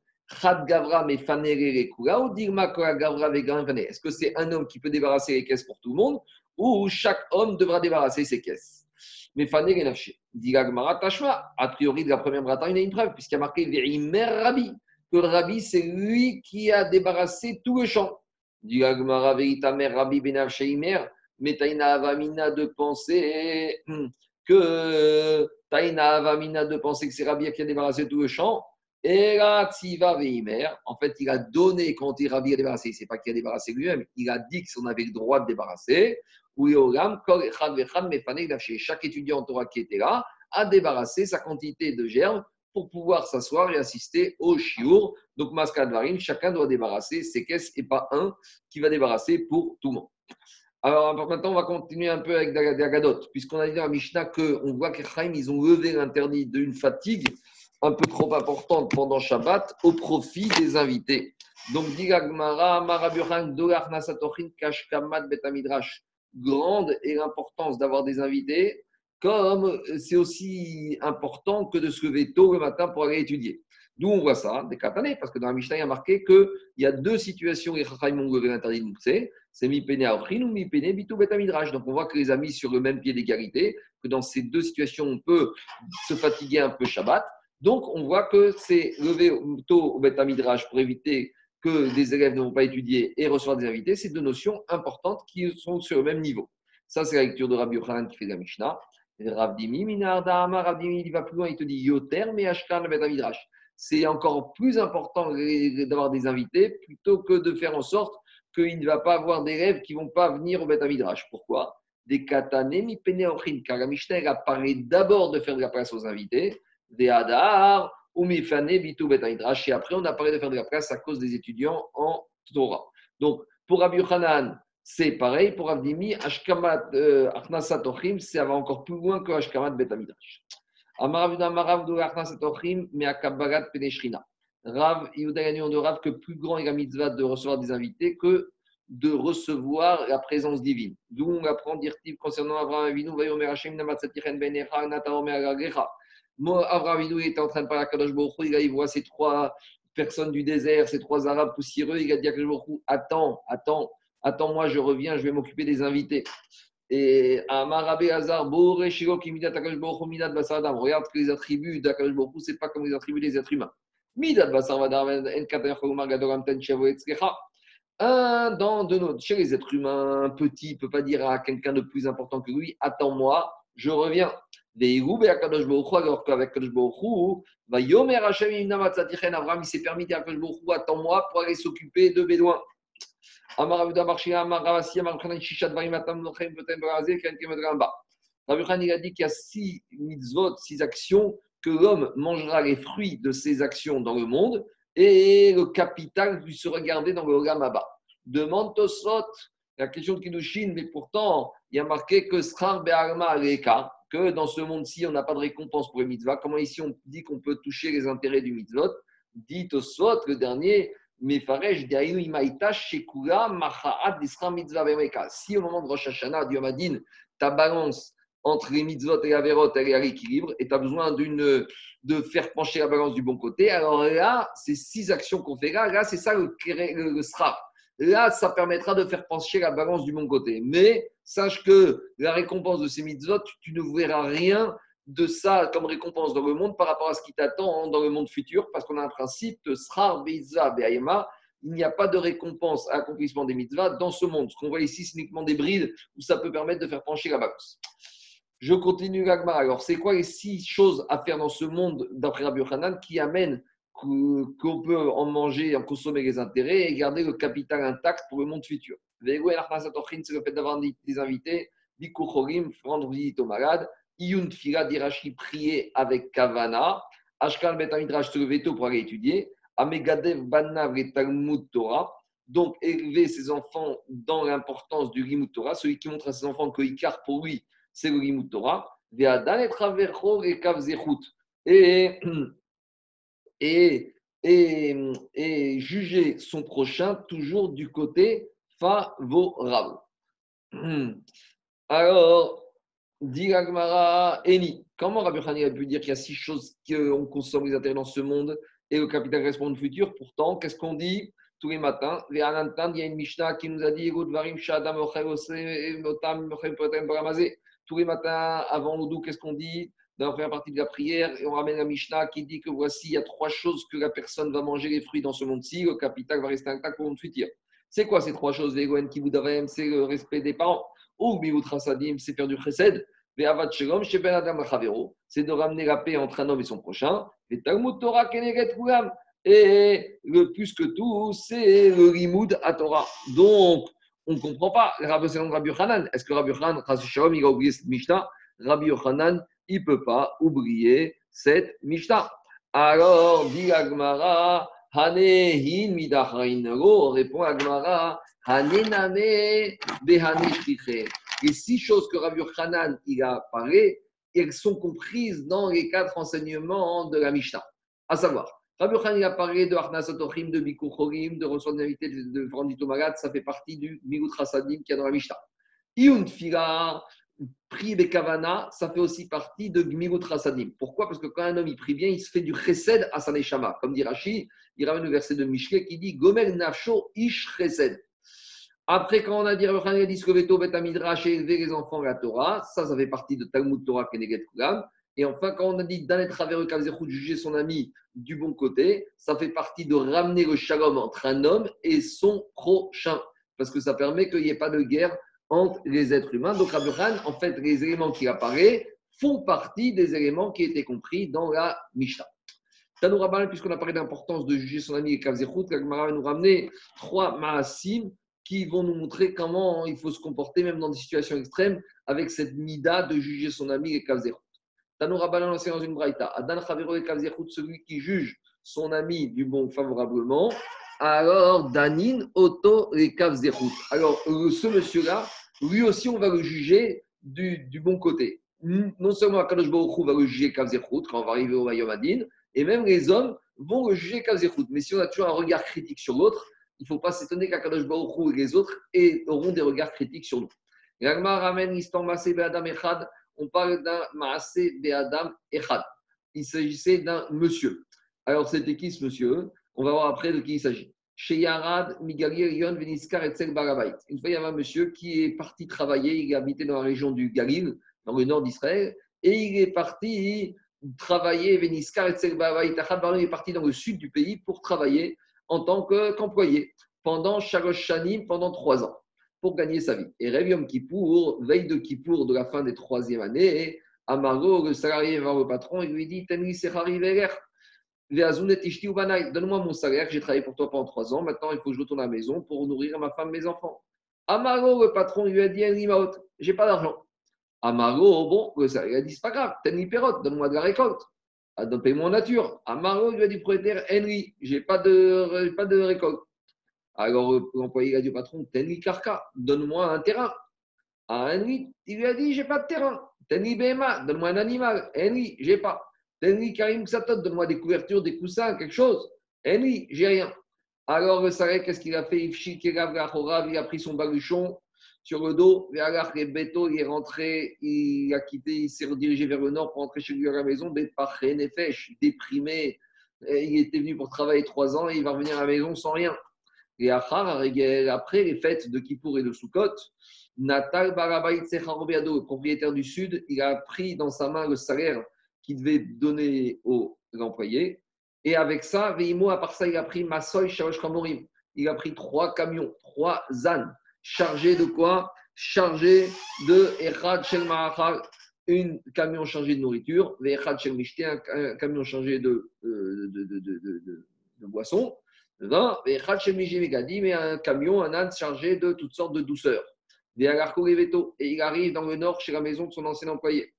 Est-ce que c'est un homme qui peut débarrasser les caisses pour tout le monde ou chaque homme devra débarrasser ses caisses? Mais Faner et Nafché. A priori, de la première brata, il y a une preuve, puisqu'il y a marqué Ve'imer Rabbi, que le Rabbi, c'est lui qui a débarrassé tout le champ. Digagmara Veitamer Rabbi Benafché Imer, mais Taïna Avamina de penser que Taïna Avamina de penser que c'est Rabbi qui a débarrassé tout le champ. Et là, Tziva Veimer, en fait, il a donné quand il Rabbi a débarrassé. Il ne sait pas qui a débarrassé lui-même. Il a dit qu'on avait le droit de débarrasser. Chaque étudiant en Torah qui était là a débarrassé sa quantité de gerbes pour pouvoir s'asseoir et assister au shiur. Donc, Maskad Varim, chacun doit débarrasser ses caisses et pas un qui va débarrasser pour tout le monde. Alors maintenant, on va continuer un peu avec Dagadot, puisqu'on a dit dans la Mishnah qu'on voit que Chaim, ils ont levé l'interdit d'une fatigue un peu trop importante pendant Shabbat au profit des invités. Donc, dit Gagmara, Maraburhan, Dolar Nasatochin, Kashkamat, Betamidrash. Grande est l'importance d'avoir des invités, comme c'est aussi important que de se lever tôt le matin pour aller étudier. D'où on voit ça, des katanées, parce que dans la Mishnah, il y a marqué qu'il y a deux situations où les Chachaim ont levé l'interdit de mousser. C'est Mipene Aochin ou Mipene Bitou Betamidrash. Donc on voit que les amis sur le même pied d'égalité, que dans ces deux situations, on peut se fatiguer un peu Shabbat. Donc, on voit que c'est lever tôt au Beth Midrash pour éviter que des élèves ne vont pas étudier et recevoir des invités. C'est deux notions importantes qui sont sur le même niveau. Ça, c'est la lecture de Rabbi Yochanan qui fait la Mishnah. Rav Dimi, Minardama, Rav Dimi, il va plus loin, il te dit Yoter, mais Ashkan, Beth Midrash. C'est encore plus important d'avoir des invités plutôt que de faire en sorte qu'il ne va pas avoir d'élèves qui ne vont pas venir au Beth Midrash. Pourquoi? Des katané, mi pene ochin. Car la Mishnah, elle a parlé d'abord de faire de la place aux invités. Des hadar, ou mifane, bitou betamidrash. Et après, on a parlé de faire de la place à cause des étudiants en Torah. Donc, pour Rabbi Yochanan, c'est pareil. Pour Avdimi, Ashkamat Achnasat Ochim, ça va encore plus loin que Ashkamat Betamidrash. Amarav Amarav de Achnasat Ochim, mais à Kabbalat Peneshrina. Rav, Yehuda Gagnon de Rav, que plus grand est la mitzvah de recevoir des invités que de recevoir la présence divine. D'où on apprend d'Irtiv concernant Abraham Avinu, Vayomer Hashem, Namatzatichen Benecha, Nataomer Agagrecha. Abraham Avinu était en train de parler à Kadosh Baruch Hu, il voit ces trois personnes du désert, ces trois arabes poussiéreux, il a dit à Kadosh Baruch Hu, attends-moi, je reviens, je vais m'occuper des invités. Et Amarabe Hazar, Boré Shiro, Kimidat Kadosh Baruch Hu, Midat Basaradam, regarde que les attributs d'Akadosh Baruch Hu, ce n'est pas comme les attributs des êtres humains. Midat Basaradam, En Kater Chogomar Gadoram Ten Chavo Etzkecha. Chez les êtres humains, un petit ne peut pas dire à quelqu'un de plus important que lui, attends-moi, je reviens. Alors qu'avec Kadosh Baruch Hu, Abraham il s'est permis à Kadosh Baruch Hu, attends-moi pour aller s'occuper de Bédouins. Rabbi Khan, il a dit qu'il y a 6 mitzvot, 6 actions que l'homme mangera les fruits de ses actions dans le monde et le capital lui sera gardé dans le Olam Haba. Demande Tosfot, la question de Kiddushin, mais pourtant, il y a marqué que Srar Be'alma Aleka, que dans ce monde-ci, on n'a pas de récompense pour les mitzvahs. Comment ici on dit qu'on peut toucher les intérêts du mitzvot? Dit Tosfot, le dernier, Mefaresh De'ayu Imaïta Shekula Machaat Disra Mitzvah Be'meka. Si au moment de Rosh Hashanah, du Hamadin, ta balance entre les mitzvot et la vérot, elle est à l'équilibre et tu as besoin de faire pencher la balance du bon côté, alors là, ces 6 actions qu'on fait là, c'est ça le sraf. Là, ça permettra de faire pencher la balance du bon côté. Mais sache que la récompense de ces mitzvot, tu ne verras rien de ça comme récompense dans le monde par rapport à ce qui t'attend dans le monde futur, parce qu'on a un principe de srar be'izah be'ayema. Il n'y a pas de récompense à l'accomplissement des mitzvahs dans ce monde. Ce qu'on voit ici, c'est uniquement des brides où ça peut permettre de faire pencher la balance. Je continue l'agma. Alors, c'est quoi les 6 choses à faire dans ce monde, d'après Rabbi Yochanan, qui amènent qu'on peut en manger, en consommer les intérêts et garder le capital intact pour le monde futur? C'est le fait d'avoir des invités, Bikuchorim, rendre visite aux malades, Iyun Tfila, d'Irachi, prier avec Kavana, Ashkan Bet Amidrash, se lever tôt pour aller étudier, Amegadev Banav et Talmud Torah, donc élever ses enfants dans l'importance du Limud Torah, celui qui montre à ses enfants que Ikar pour lui, c'est le Limud Torah, et, et, et juger son prochain toujours du côté favorable. Alors, dit l'Agmara, Eni, comment Rabbi Yochanan a pu dire qu'il y a 6 choses qu'on consomme les intérêts dans ce monde et le capital correspond au futur? Pourtant, qu'est-ce qu'on dit tous les matins? Il y a une Mishnah qui nous a dit tous les matins, avant l'Oudou, qu'est-ce qu'on dit dans la première partie de la prière? Et on ramène la Mishnah qui dit que voici, il y a 3 choses que la personne va manger les fruits dans ce monde-ci, le capital va rester intact pour le monde futur. C'est quoi ces 3 choses? C'est le respect des parents. Ou Sadim, c'est faire du chesed. C'est de ramener la paix entre un homme et son prochain. Et Talmud Torah Keneget Kulam. Et le plus que tout, c'est le Limoud à Torah. Donc, on ne comprend pas. C'est Rabbi Yochanan. Est-ce que Rabbi Yochanan, il a oublié cette Mishnah? Rabbi Yochanan, il ne peut pas oublier cette Mishnah. Alors, dit Agmara, Hanehin Midachainaro, répond Agmara, Hanename Behane Shriche. Les 6 choses que Rabbi Yochanan il a parlé, elles sont comprises dans les 4 enseignements de la Mishnah. À savoir, Rabbi Yochanan il a parlé de Arnasat Ochim, de Bikur Chorim, de recevoir une invité de Frandito Magat, ça fait partie du Milut Rasadim qu'il y a dans la Mishnah. Iyun Tfila, prie Bekavana, ça fait aussi partie de Gmilut Rasadim. Pourquoi? Parce que quand un homme il prie bien, il se fait du chesed à sa neshama. Comme dit Rashi, il ramène le verset de Mishleh qui dit Gomel Nafsho Ish Chesed. Après, quand on a dit Rabbi Yochanan a dit Skoveto Bet Amidrash et élever les enfants à la Torah, ça fait partie de Talmud Torah Keneget Kulam. Et enfin, quand on a dit Danet Travers Kavzechut, juger son ami du bon côté, ça fait partie de ramener le shalom entre un homme et son prochain. Parce que ça permet qu'il n'y ait pas de guerre entre les êtres humains. Donc, Rabbi Yochanan, en fait, les éléments qui apparaissent font partie des éléments qui étaient compris dans la Mishnah. Tanou Rabban, puisqu'on a parlé de l'importance de juger son ami et Kavzechut, la Gemara va nous ramener 3 maasim qui vont nous montrer comment il faut se comporter, même dans des situations extrêmes, avec cette mida de juger son ami et Kavzechut. Tanou Rabban lancé dans une braïta. Adan Chavero et Kavzechut, celui qui juge son ami du bon favorablement. Alors, Danin Oto et Kavzechut. Alors, ce monsieur-là, lui aussi, on va le juger du bon côté. Non seulement Akadosh Baruch Hu va le juger Kavzechut quand on va arriver au Yom Adin, et même les hommes vont le juger Kavzechut. Mais si on a toujours un regard critique sur l'autre, il ne faut pas s'étonner qu'Akadosh Baruch Hu et les autres auront des regards critiques sur nous. L'Agma ramène l'histoire Maaseh Be'adam Echad. On parle d'un Maaseh Be'adam Echad. Il s'agissait d'un monsieur. Alors, c'était qui ce monsieur? On va voir après de qui il s'agit. Chez Yarad, Migalir, Yon, Veniskar, Etzel, Barabait. Une fois, il y avait un monsieur qui est parti travailler. Il habitait dans la région du Galil, dans le nord d'Israël. Et il est parti travailler, Veniskar, Etzel, Barabait. Il est parti dans le sud du pays pour travailler en tant qu'employé pendant Shalosh Shanim, pendant 3 ans, pour gagner sa vie. Et Rev Yom Kippour, veille de Kippour de la fin des 3e années, Amaro, le salarié, va au patron et lui dit Tenli Sechari Veler, donne-moi mon salaire, j'ai travaillé pour toi pendant 3 ans, maintenant il faut que je retourne à la maison pour nourrir ma femme et mes enfants. Amaro, le patron, lui a dit j'ai pas d'argent. Amaro, bon, le salaire, il a dit c'est pas grave, Tenli Perot, donne-moi de la récolte. donc paye-moi en nature. Amaro lui a dit propriétaire, Henry, j'ai pas de récolte. Alors l'employé a dit au patron, Henry Karka, donne-moi un terrain. À Henry, il lui a dit, j'ai pas de terrain. Henry Bema, donne-moi un animal. Henry, j'ai pas. Henry Karim Ksatot, donne-moi des couvertures, des coussins, quelque chose. Henry, j'ai rien. Alors le Sarek, qu'est-ce qu'il a fait? Il a pris son baluchon sur le dos. Il est rentré, il a quitté, il s'est redirigé vers le nord pour rentrer chez lui à la maison. Déprimé. Il était venu pour travailler 3 ans et il va revenir à la maison sans rien. Et après les fêtes de Kippour et de Sukkot, Natal Barabaït Secharobiado, le propriétaire du Sud, il a pris dans sa main le salaire qu'il devait donner aux employés. Et avec ça, Veimo, à part ça, il a pris Massoy Shalosh Kamorim. Il a pris 3 camions, 3 ânes, chargés de quoi? Chargés de Echad Shel Mahachal, un camion chargé de nourriture, Echad Shel Mishté, un camion chargé de boissons. Et un camion, un âne chargé de toutes sortes de douceurs. Et il arrive dans le nord chez la maison de son ancien employé.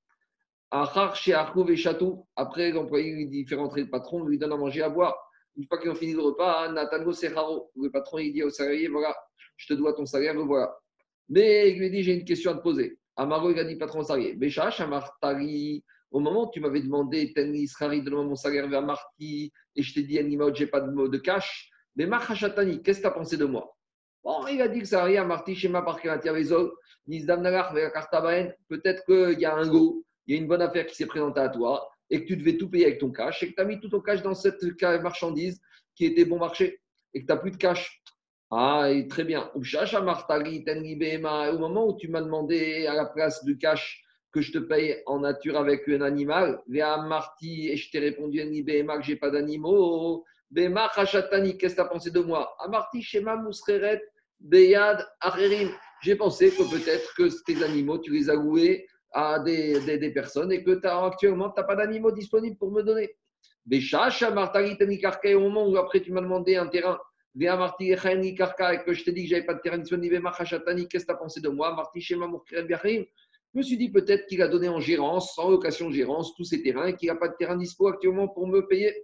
Après, l'employé lui fait rentrer le patron, lui donne à manger, à boire. Une fois qu'ils ont fini le repas, le patron il dit au salarié, voilà, je te dois ton salaire, le voilà. Mais il lui dit, j'ai une question à te poser. Amaro, il a dit, patron salarié, au moment où tu m'avais demandé, Tennis, Harry, donne-moi mon salaire vers Marty, et je t'ai dit, Animaud, j'ai pas de mot de cash. Mais Machachatani, qu'est-ce que tu as pensé de moi? Bon, il a dit que ça arrive à Marty, Shema, Parkeratia-Vezol, Nizdam Nagar, Kartabaen, peut-être qu'il y a un go, il y a une bonne affaire qui s'est présentée à toi, et que tu devais tout payer avec ton cash, et que tu as mis tout ton cash dans cette marchandise qui était bon marché, et que tu n'as plus de cash. Ah, et très bien. Au moment où tu m'as demandé à la place du cash que je te paye en nature avec un animal, Vea Marty, et je t'ai répondu, que j'ai pas d'animaux. Bema Khachatani, qu'est-ce que tu as pensé de moi? Amarti Shema Mousreret, Beyad Acherim. J'ai pensé que peut-être que tes animaux, tu les as loués à des personnes et que actuellement, tu n'as pas d'animaux disponibles pour me donner. Béchash, Amartari Tanikarka, au moment où après tu m'as demandé un terrain, Vea Marti Echani Karka, et que je t'ai dit que je n'avais pas de terrain disponible, Bema Khachatani, qu'est-ce que tu as pensé de moi? Amarti Shema Mousreret Biachim. Je me suis dit peut-être qu'il a donné en gérance, en location gérance, tous ces terrains et qu'il n'a pas de terrain dispo actuellement pour me payer.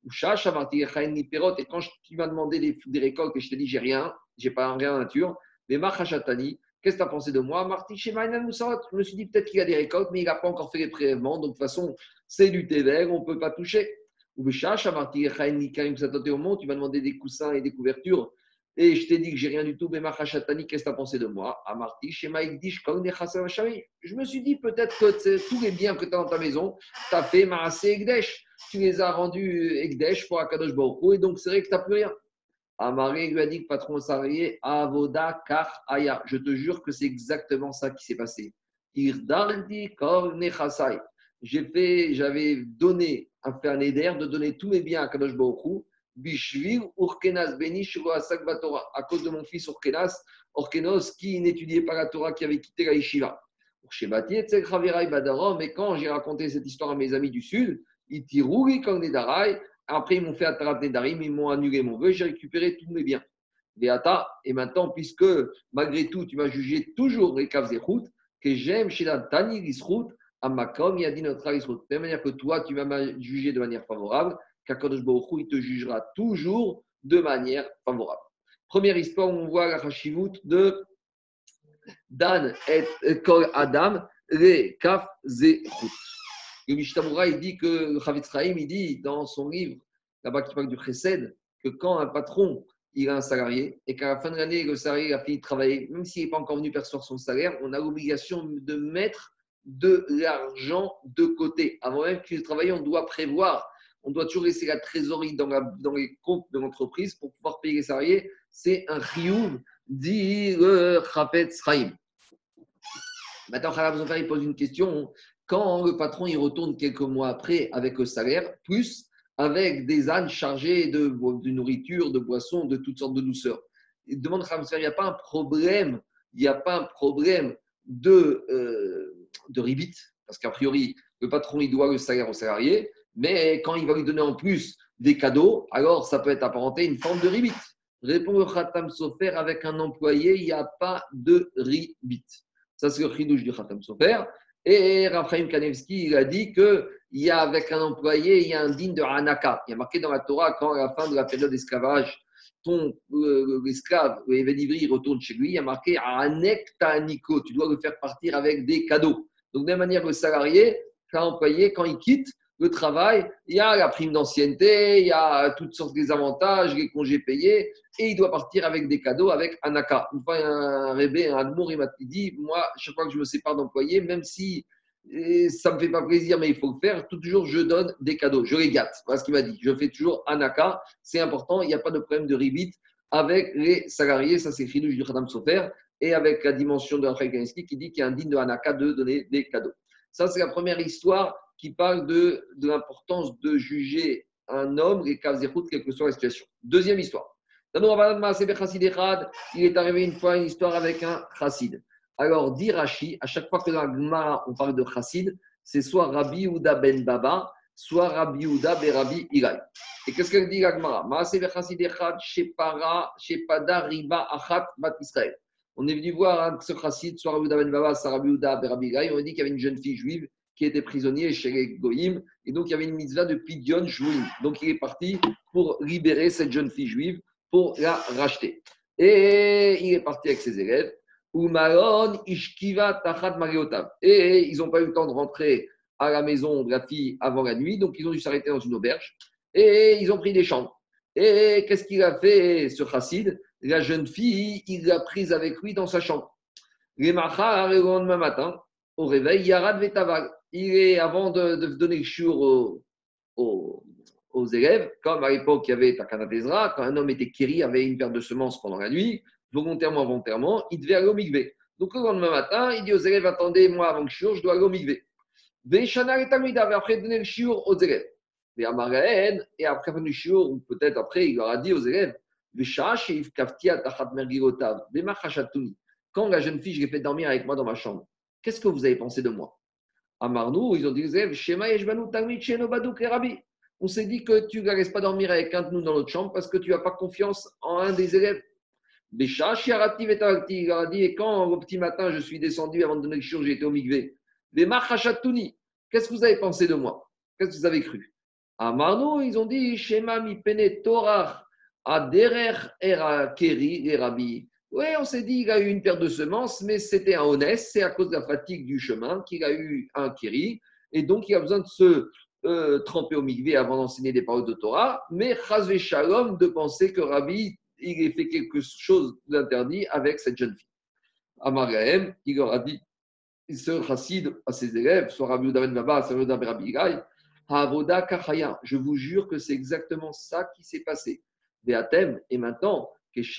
Et quand tu m'as demandé des récoltes et je t'ai dit j'ai rien, j'ai pas rien en nature, mais Machachatani, qu'est-ce que tu as pensé de moi? Marty Shemaïna Moussarot, je me suis dit peut-être qu'il a des récoltes, mais il n'a pas encore fait les prélèvements, donc de toute façon, c'est du thé vert, on ne peut pas toucher. Ou au moment, tu m'as demandé des coussins et des couvertures, et je t'ai dit que j'ai rien du tout, mais Machachatani, qu'est-ce que tu as pensé de moi? Amarti Shemaïkdish, je me suis dit peut-être que tous les biens que tu as dans ta maison, tu as fait Maasé Egdesh. Tu les as rendus Ekdesh pour Akadosh Baruch Hu, et donc c'est vrai que tu n'as plus rien. Amaré lui a dit que patron salarié, Avoda Kar Aya. Je te jure que c'est exactement ça qui s'est passé. Irdardi Kor Nechasai. J'avais donné, fait un éder de donner tous mes biens à Kadosh Baruch Hu, Bishvil Urkenas Beni Shiro Asak Batora, à cause de mon fils Urkenos, qui n'étudiait pas la Torah, qui avait quitté la Yeshiva. Mais quand j'ai raconté cette histoire à mes amis du Sud, ils tirouli comme des darai. Après, ils m'ont fait attraper des darim, ils m'ont annulé mon vœu, j'ai récupéré tous mes biens. Et maintenant, puisque malgré tout, tu m'as jugé toujours les caves et routes, que j'aime chez la Tani l'isrout, à Makom, il a dit notre isrout. De la même manière que toi, tu m'as jugé de manière favorable, qu'Akadosh Baruch Hu, il te jugera toujours de manière favorable. Première histoire où on voit la Hashivut de Dan et Kol Adam, les Kaf Zechut. Le Mishtamura, il dit que le Chavetz Chaim, il dit dans son livre, là-bas qui parle du Chesed, que quand un patron, il a un salarié, et qu'à la fin de l'année, le salarié a fini de travailler, même s'il n'est pas encore venu percevoir son salaire, on a l'obligation de mettre de l'argent de côté. Avant même qu'il travaille, on doit prévoir, on doit toujours laisser la trésorerie dans les comptes de l'entreprise pour pouvoir payer les salariés. C'est un chiyuv, dit le Chavetz Chaim. Maintenant, Khalaf Zofer, il pose une question. Quand le patron il retourne quelques mois après avec le salaire, plus avec des ânes chargés de nourriture, de boissons, de toutes sortes de douceurs, il demande Khalaf Zofer, il n'y a pas un problème, de ribit, parce qu'a priori, le patron il doit le salaire au salarié, mais quand il va lui donner en plus des cadeaux, alors ça peut être apparenté une forme de ribit. Répond le Khatam Sofer, avec un employé, il n'y a pas de ribit. Ça, c'est le chidouche du Khatam Sofer. Et Raphaël Kanevski, il a dit que il y a avec un employé, il y a un digne de Hanaka. Il y a marqué dans la Torah, quand à la fin de la période d'esclavage, l'esclave, l'évêque d'Ivry, retourne chez lui, il y a marqué Hanek Ta'aniko, tu dois le faire partir avec des cadeaux. Donc, de la même manière, le salarié, l'employé, quand il quitte le travail, il y a la prime d'ancienneté, il y a toutes sortes des avantages, les congés payés, et il doit partir avec des cadeaux, avec Hanaka. Une fois, un rébé, un admour, il m'a dit, moi, chaque fois que je me sépare d'employé, même si ça ne me fait pas plaisir, mais il faut le faire, toujours je donne des cadeaux, je les gâte. Voilà ce qu'il m'a dit. Je fais toujours Hanaka, c'est important, il n'y a pas de problème de ribit avec les salariés, ça c'est Khidouj du Khadam Sofer, et avec la dimension de Raphaël Kaneski qui dit qu'il y a un digne de Hanaka de donner des cadeaux. Ça, c'est la première histoire qui parle de l'importance de juger un homme, les Kavzechut, quelle que soit la situation. Deuxième histoire. Il est arrivé une fois une histoire avec un chassid. Alors, dit Rashi, à chaque fois que dans la Gemara on parle de chassid, c'est soit Rabbi Yehuda ben Baba, soit Rabbi Yehuda ben Rabbi Ilai. Et qu'est-ce qu'elle dit la Gemara? On est venu voir ce chassid, soit Rabbi Yehuda ben Baba, soit Rabbi Yehuda ben Rabbi Ilai. On a dit qu'il y avait une jeune fille juive qui était prisonnier chez les Goïm, et donc il y avait une mitzvah de Pidyon Jouim. Donc il est parti pour libérer cette jeune fille juive, pour la racheter. Et il est parti avec ses élèves. Umaron Ishkiva Tachat Mariotav. Et ils n'ont pas eu le temps de rentrer à la maison de la fille avant la nuit, donc ils ont dû s'arrêter dans une auberge. Et ils ont pris des chambres. Et qu'est-ce qu'il a fait, ce chassid? La jeune fille, il l'a prise avec lui dans sa chambre. Les machar, le lendemain matin, au réveil, Yarad Vetaval. Il est, avant de donner le shiur aux élèves, comme à l'époque il y avait Takanat Ezra, quand un homme était kéri, avait une paire de semences pendant la nuit, volontairement, volontairement, il devait aller au mikvé. Donc le lendemain matin, il dit aux élèves, attendez, moi avant le shiur, je dois aller au mikvé. Véchana et Talmida avait après donné le shiur aux élèves. Et après le shiur, ou peut-être après, il leur a dit aux élèves, quand la jeune fille, je l'ai fait dormir avec moi dans ma chambre, qu'est-ce que vous avez pensé de moi? Amarnou, ils ont dit, on s'est dit que tu ne la laisses pas dormir avec un de nous dans notre chambre parce que tu n'as pas confiance en un des élèves. Bécha, Chiarati, Vetarati, il a dit, et quand au petit matin je suis descendu avant de donner le shiur, j'ai été au mikvé. Qu'est-ce que vous avez pensé de moi? Qu'est-ce que vous avez cru? Amarnou, ils ont dit, Shema mi pene torah, aderer era keri, rabbi. Oui, on s'est dit qu'il a eu une paire de semences, mais c'était un honnête, c'est à cause de la fatigue du chemin qu'il a eu un kéri, et donc il a besoin de se tremper au mikvé avant d'enseigner des paroles de Torah, mais chazvé shalom de penser que Rabbi, il ait fait quelque chose d'interdit avec cette jeune fille. Amarahem, il leur a dit, ce chassid à ses élèves, soit Rabbi Uda ben Baba, soit Rabbi Ilai, Havoda Kachaya, je vous jure que c'est exactement ça qui s'est passé. Beatem, et maintenant,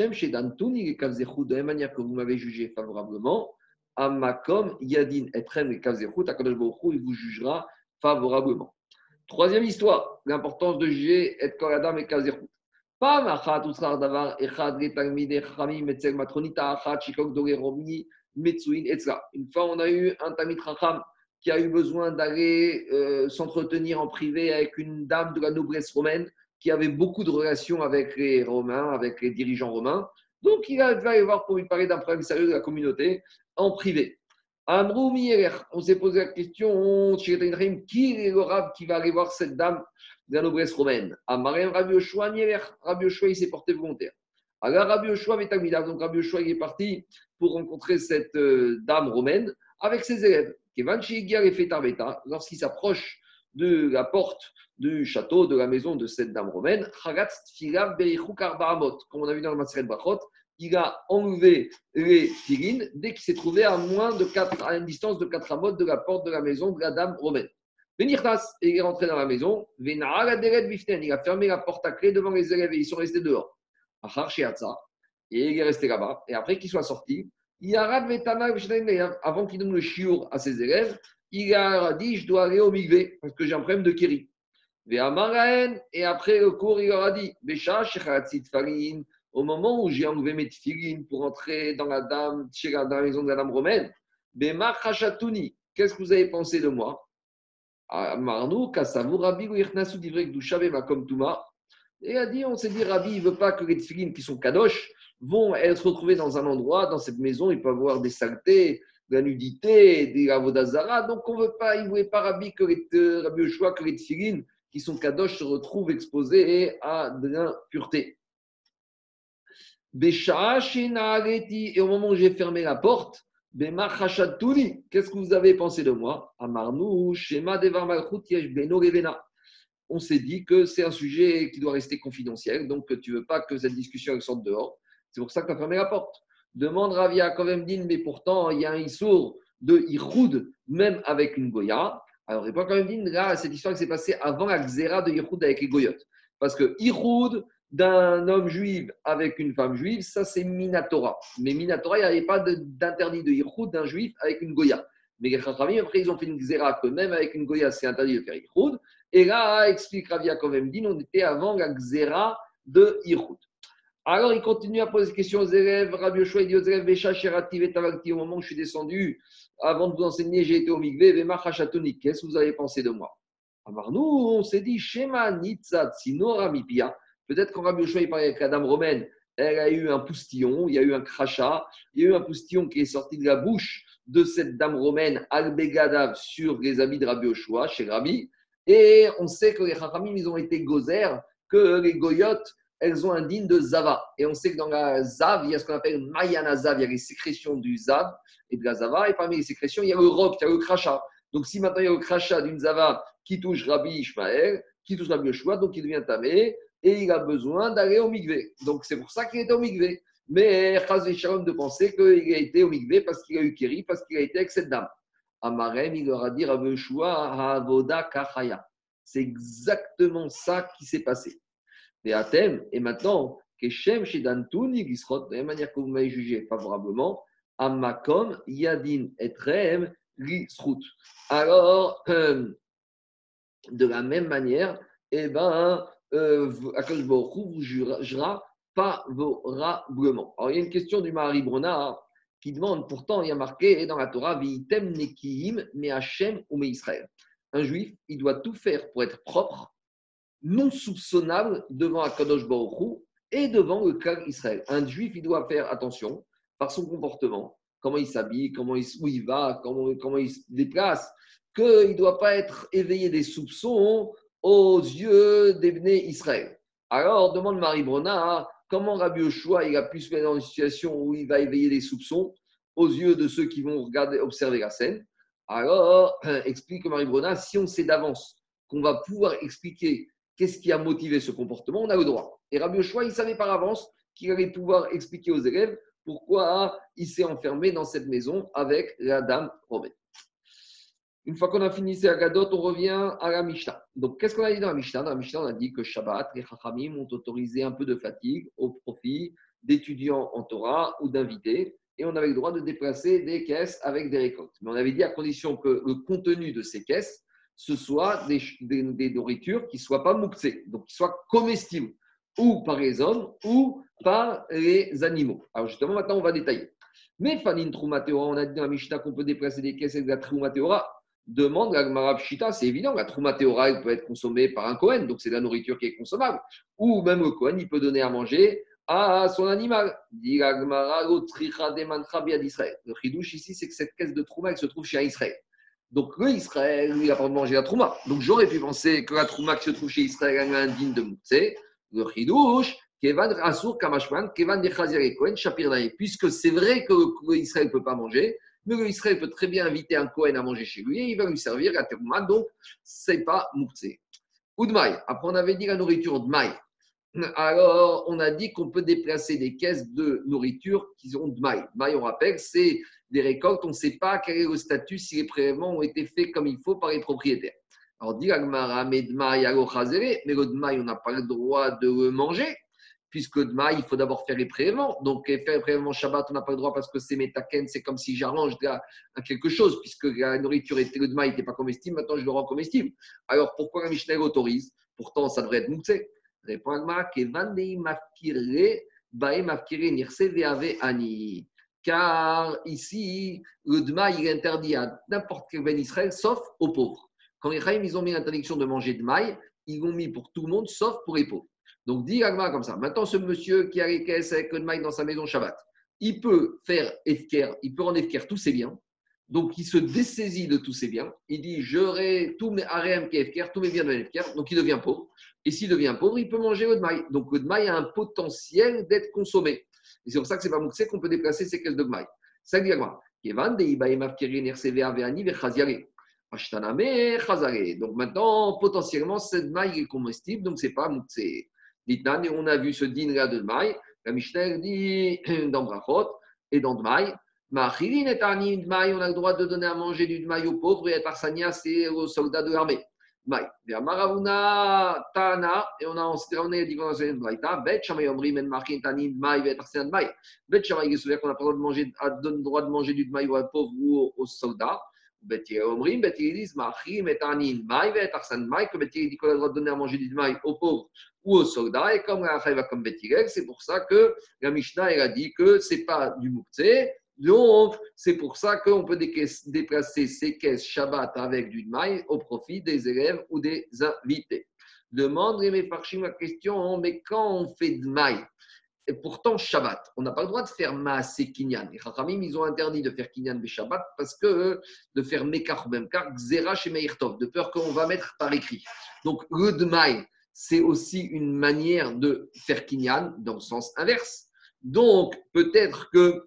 de la même manière que vous m'avez jugé favorablement, Amakom Yadin Etrem et Kavzechut, Akadosh Baruch Hu, il vous jugera favorablement. Troisième histoire, l'importance de juger et Koradam et Kavzechut. Pam Achat Utsar Davar Echad Retalmide Chamim Etzel Matronita Achat Shikok Dore Romi Metsuin Etzla. Une fois, on a eu un Tamid Chacham qui a eu besoin d'aller s'entretenir en privé avec une dame de la noblesse romaine qui avait beaucoup de relations avec les Romains, avec les dirigeants romains. Donc, il va aller voir pour lui parler d'un problème sérieux de la communauté en privé. Amrou Mieler, on s'est posé la question, qui est le rab qui va aller voir cette dame de la noblesse romaine? Amarem Rabbi Yoshua Mieler, Rabbi Yoshua, il s'est porté volontaire. Alors, Rabbi Yoshua Vetamida, donc Rabbi Yoshua, il est parti pour rencontrer cette dame romaine avec ses élèves. Lorsqu'il s'approche de la porte du château, de la maison de cette dame romaine, comme on a vu dans le Maseret Brachot, il a enlevé les filines dès qu'il s'est trouvé à à une distance de 4 amot de la porte de la maison de la dame romaine. Et il est rentré dans la maison, il a fermé la porte à clé devant les élèves et ils sont restés dehors. Et il est resté là-bas. Et après qu'il soit sorti, avant qu'il donne le chiour à ses élèves, il a dit, je dois aller au mikvé parce que j'ai un problème de kéri. Et après le cours, il leur a dit, au moment où j'ai enlevé mes tefilines pour entrer dans dans la maison de la dame romaine, qu'est-ce que vous avez pensé de moi? Et il a dit, on s'est dit, Rabbi, il ne veut pas que les tefilines qui sont kadosh vont être retrouvés dans un endroit, dans cette maison, il peut y avoir des saletés, la nudité, des avodazara. Donc, on veut pas, il ne voulait pas Rabbi Yoshua que les tfilines qui sont kadosh se retrouvent exposés à de l'impureté. Et au moment où j'ai fermé la porte, qu'est-ce que vous avez pensé de moi? Amarnou, Shema Devar Malchut Yesh Beno Revena. On s'est dit que c'est un sujet qui doit rester confidentiel, donc tu ne veux pas que cette discussion sorte dehors. C'est pour ça que tu as fermé la porte. Demande Ravia quand même dit, mais pourtant, il y a un issour de Ihoud, même avec une Goya. Alors, il pas quand même dit, là, cette histoire qui s'est passée avant la Xéra de Ihoud avec les Goyotes. Parce que Ihoud d'un homme juif avec une femme juive, ça c'est Minatora. Mais Minatora, il n'y avait pas d'interdit de Ihoud d'un juif avec une Goya. Mais les Chachamim, après, ils ont fait une Xéra que même avec une Goya, c'est interdit de faire Ihoud. Et là, explique Rav Yaakov Emdin, on était avant la Xéra de Ihoud. Alors, il continue à poser des questions aux élèves. Rabbi Yoshua dit aux élèves, Vesha, Sherati, Vetavalti, au moment où je suis descendu, avant de vous enseigner, j'ai été au Mikvé, Vema, Chachatoni. Qu'est-ce que vous avez pensé de moi? Alors, nous, on s'est dit, Shema, Nitzat, Sinora, Mipia. Peut-être quand Rabbi Yoshua parlait avec la dame romaine, elle a eu un poustillon, il y a eu un crachat, il y a eu un poustillon qui est sorti de la bouche de cette dame romaine, Al-Begadav, sur les habits de Rabbi Yoshua, chez Rabbi. Et on sait que les Chachamim, ils ont été gozer, que les Goyotes, elles ont un digne de Zava. Et on sait que dans la Zav, il y a ce qu'on appelle Mayana Zav, il y a les sécrétions du Zav et de la Zava. Et parmi les sécrétions, il y a le roc, il y a le crachat. Donc si maintenant il y a le crachat d'une Zava qui touche Rabbi Ishmael, qui touche Rabbi Yoshua, donc il devient tamé et il a besoin d'aller au mikvé. Donc c'est pour ça qu'il est au mikvé. Mais Chaz Shalom de penser qu'il a été au mikvé parce qu'il a eu Kéri, parce qu'il a été avec cette dame. Amarem, il leur a dit Rabbi Yoshua, Havoda Kachaya. C'est exactement ça qui s'est passé. Et Athème, et maintenant, Keshem Shedantouni Gisrot, de la même manière que vous m'avez jugé favorablement, Amakom Yadin Etrem Gisrut. Alors, de la même manière, eh ben, Akash Baruch Hu vous jugera favorablement. Alors, il y a une question du Mahari Brona qui demande, pourtant, il y a marqué dans la Torah, Vitem Nekiim Me Hashem ou Me Israël. Un juif, il doit tout faire pour être propre, non soupçonnable devant Akadosh Baruch Hu et devant le clan Israël. Un juif, il doit faire attention par son comportement, comment il s'habille, où il va, comment il se déplace, qu'il ne doit pas être éveillé des soupçons aux yeux des Bnei Israël. Alors, demande Marie Brona, comment Rabbi Yoshua il a pu se mettre dans une situation où il va éveiller des soupçons aux yeux de ceux qui vont observer la scène. Alors, explique Marie Brona, si on sait d'avance qu'on va pouvoir expliquer qu'est-ce qui a motivé ce comportement, on a le droit. Et Rabbi Yoshua, il savait par avance qu'il allait pouvoir expliquer aux élèves pourquoi il s'est enfermé dans cette maison avec la dame romaine. Une fois qu'on a fini ces Agadot, on revient à la Mishnah. Donc, qu'est-ce qu'on a dit dans la Mishnah? Dans la Mishnah, on a dit que Shabbat, les Chachamim ont autorisé un peu de fatigue au profit d'étudiants en Torah ou d'invités, et on avait le droit de déplacer des caisses avec des récoltes. Mais on avait dit à condition que le contenu de ces caisses, ce soit des nourritures qui ne soient pas mouxées, donc qui soient comestibles, ou par les hommes, ou par les animaux. Alors justement, maintenant, on va détailler. Mais Fanin Troumateora, on a dit dans la Mishnah qu'on peut déplacer des caisses avec de la Troumateora. Demande la Gemara Pshita, c'est évident, la Troumateora, elle peut être consommée par un Kohen, donc c'est de la nourriture qui est consommable. Ou même le Kohen, il peut donner à manger à son animal. Dit la Gemara, le chidouche ici, c'est que cette caisse de Trouma, elle se trouve chez Israël. Donc, le Israël, lui, il n'a pas mangé la Trouma. Donc, j'aurais pu penser que la Trouma qui se trouve chez Israël, elle est indigne de Moutse. Le Chidouche, Kevan Rasur Kamashman, Kevan Dechazir et Kohen, Shapir Naï. Puisque c'est vrai que l'Israël ne peut pas manger, mais l'Israël peut très bien inviter un Kohen à manger chez lui et il va lui servir la Trouma. Donc, ce n'est pas Moutse. Ou de maï. Après, on avait dit la nourriture de maï. Alors, on a dit qu'on peut déplacer des caisses de nourriture qui ont de maï. Maï, on rappelle, c'est des récoltes, on ne sait pas quel est le statut si les prélèvements ont été faits comme il faut par les propriétaires. Alors, dit Agmara, mais le dmaï, on n'a pas le droit de le manger, puisque dmaï, il faut d'abord faire les prélèvements. Donc, faire les prélèvements Shabbat, on n'a pas le droit parce que c'est métaken, c'est comme si j'arrange quelque chose, puisque la nourriture était le dmaï n'était pas comestible, maintenant je le rends comestible. Alors, pourquoi la Mishnah autorise? Pourtant, ça devrait être moutsé. Répond Agmara, car ici, le dma, il est interdit à n'importe quel ben Israël, sauf aux pauvres. Quand les Chaïm, ils ont mis l'interdiction de manger de maï, ils l'ont mis pour tout le monde, sauf pour les pauvres. Donc, dit Agmara comme ça. Maintenant, ce monsieur qui a les caisses avec le maï dans sa maison Shabbat, il peut faire efker, il peut rendre efker tous ses biens, Donc, il se dessaisit de tous ses biens. Il dit, j'aurai tous mes harem KFKR, tous mes biens de KFKR. Donc, il devient pauvre. Et s'il devient pauvre, il peut manger le Dmaï. Donc, le Dmaï a un potentiel d'être consommé. Et c'est pour ça que c'est pas Mouxé qu'on peut déplacer ces caisses de Dmaï. Ça veut dire quoi? Donc maintenant, potentiellement, cette maille est comestible, donc c'est pas Mouxé. Et on a vu ce din-là de maille. La Mishnah dit dans Brachot et dans Dmaï, on a le droit de donner à manger du Dmaï aux pauvres et à Tarsania, c'est aux soldats de l'armée. Dmaï. Maravuna Tana, et on a enseigné la différence de Braïta, Bet Shamay Omri, Men Markin Tani, Dmaï, Bet Tarsania Dmaï. Bet Shamay, c'est-à-dire qu'on n'a pas le droit de manger du Dmaï aux pauvres ou aux soldats. Bet Omri, Bet Yiris, Markin, Tani, Dmaï, Bet Tarsania Dmaï, que Bet Yiris dit qu'on a le droit de donner à manger du Dmaï aux pauvres ou aux soldats. Et comme la Chaïva comme Bet Yiris, c'est pour ça que la Mishnah elle a dit que ce n'est pas du Mouktsé. Donc, c'est pour ça qu'on peut déplacer ces caisses Shabbat avec du Dmaï au profit des élèves ou des invités. Demande les Mefarchim la question, mais quand on fait Dmaï, et pourtant Shabbat, on n'a pas le droit de faire Maasé Kinyan. Les Chachamim, ils ont interdit de faire Kinyan des Shabbat parce que de faire Mekar ou Memkar, Xera chez Meirtov, de peur qu'on va mettre par écrit. Donc, le Dmaï, c'est aussi une manière de faire Kinyan dans le sens inverse. Donc, peut-être que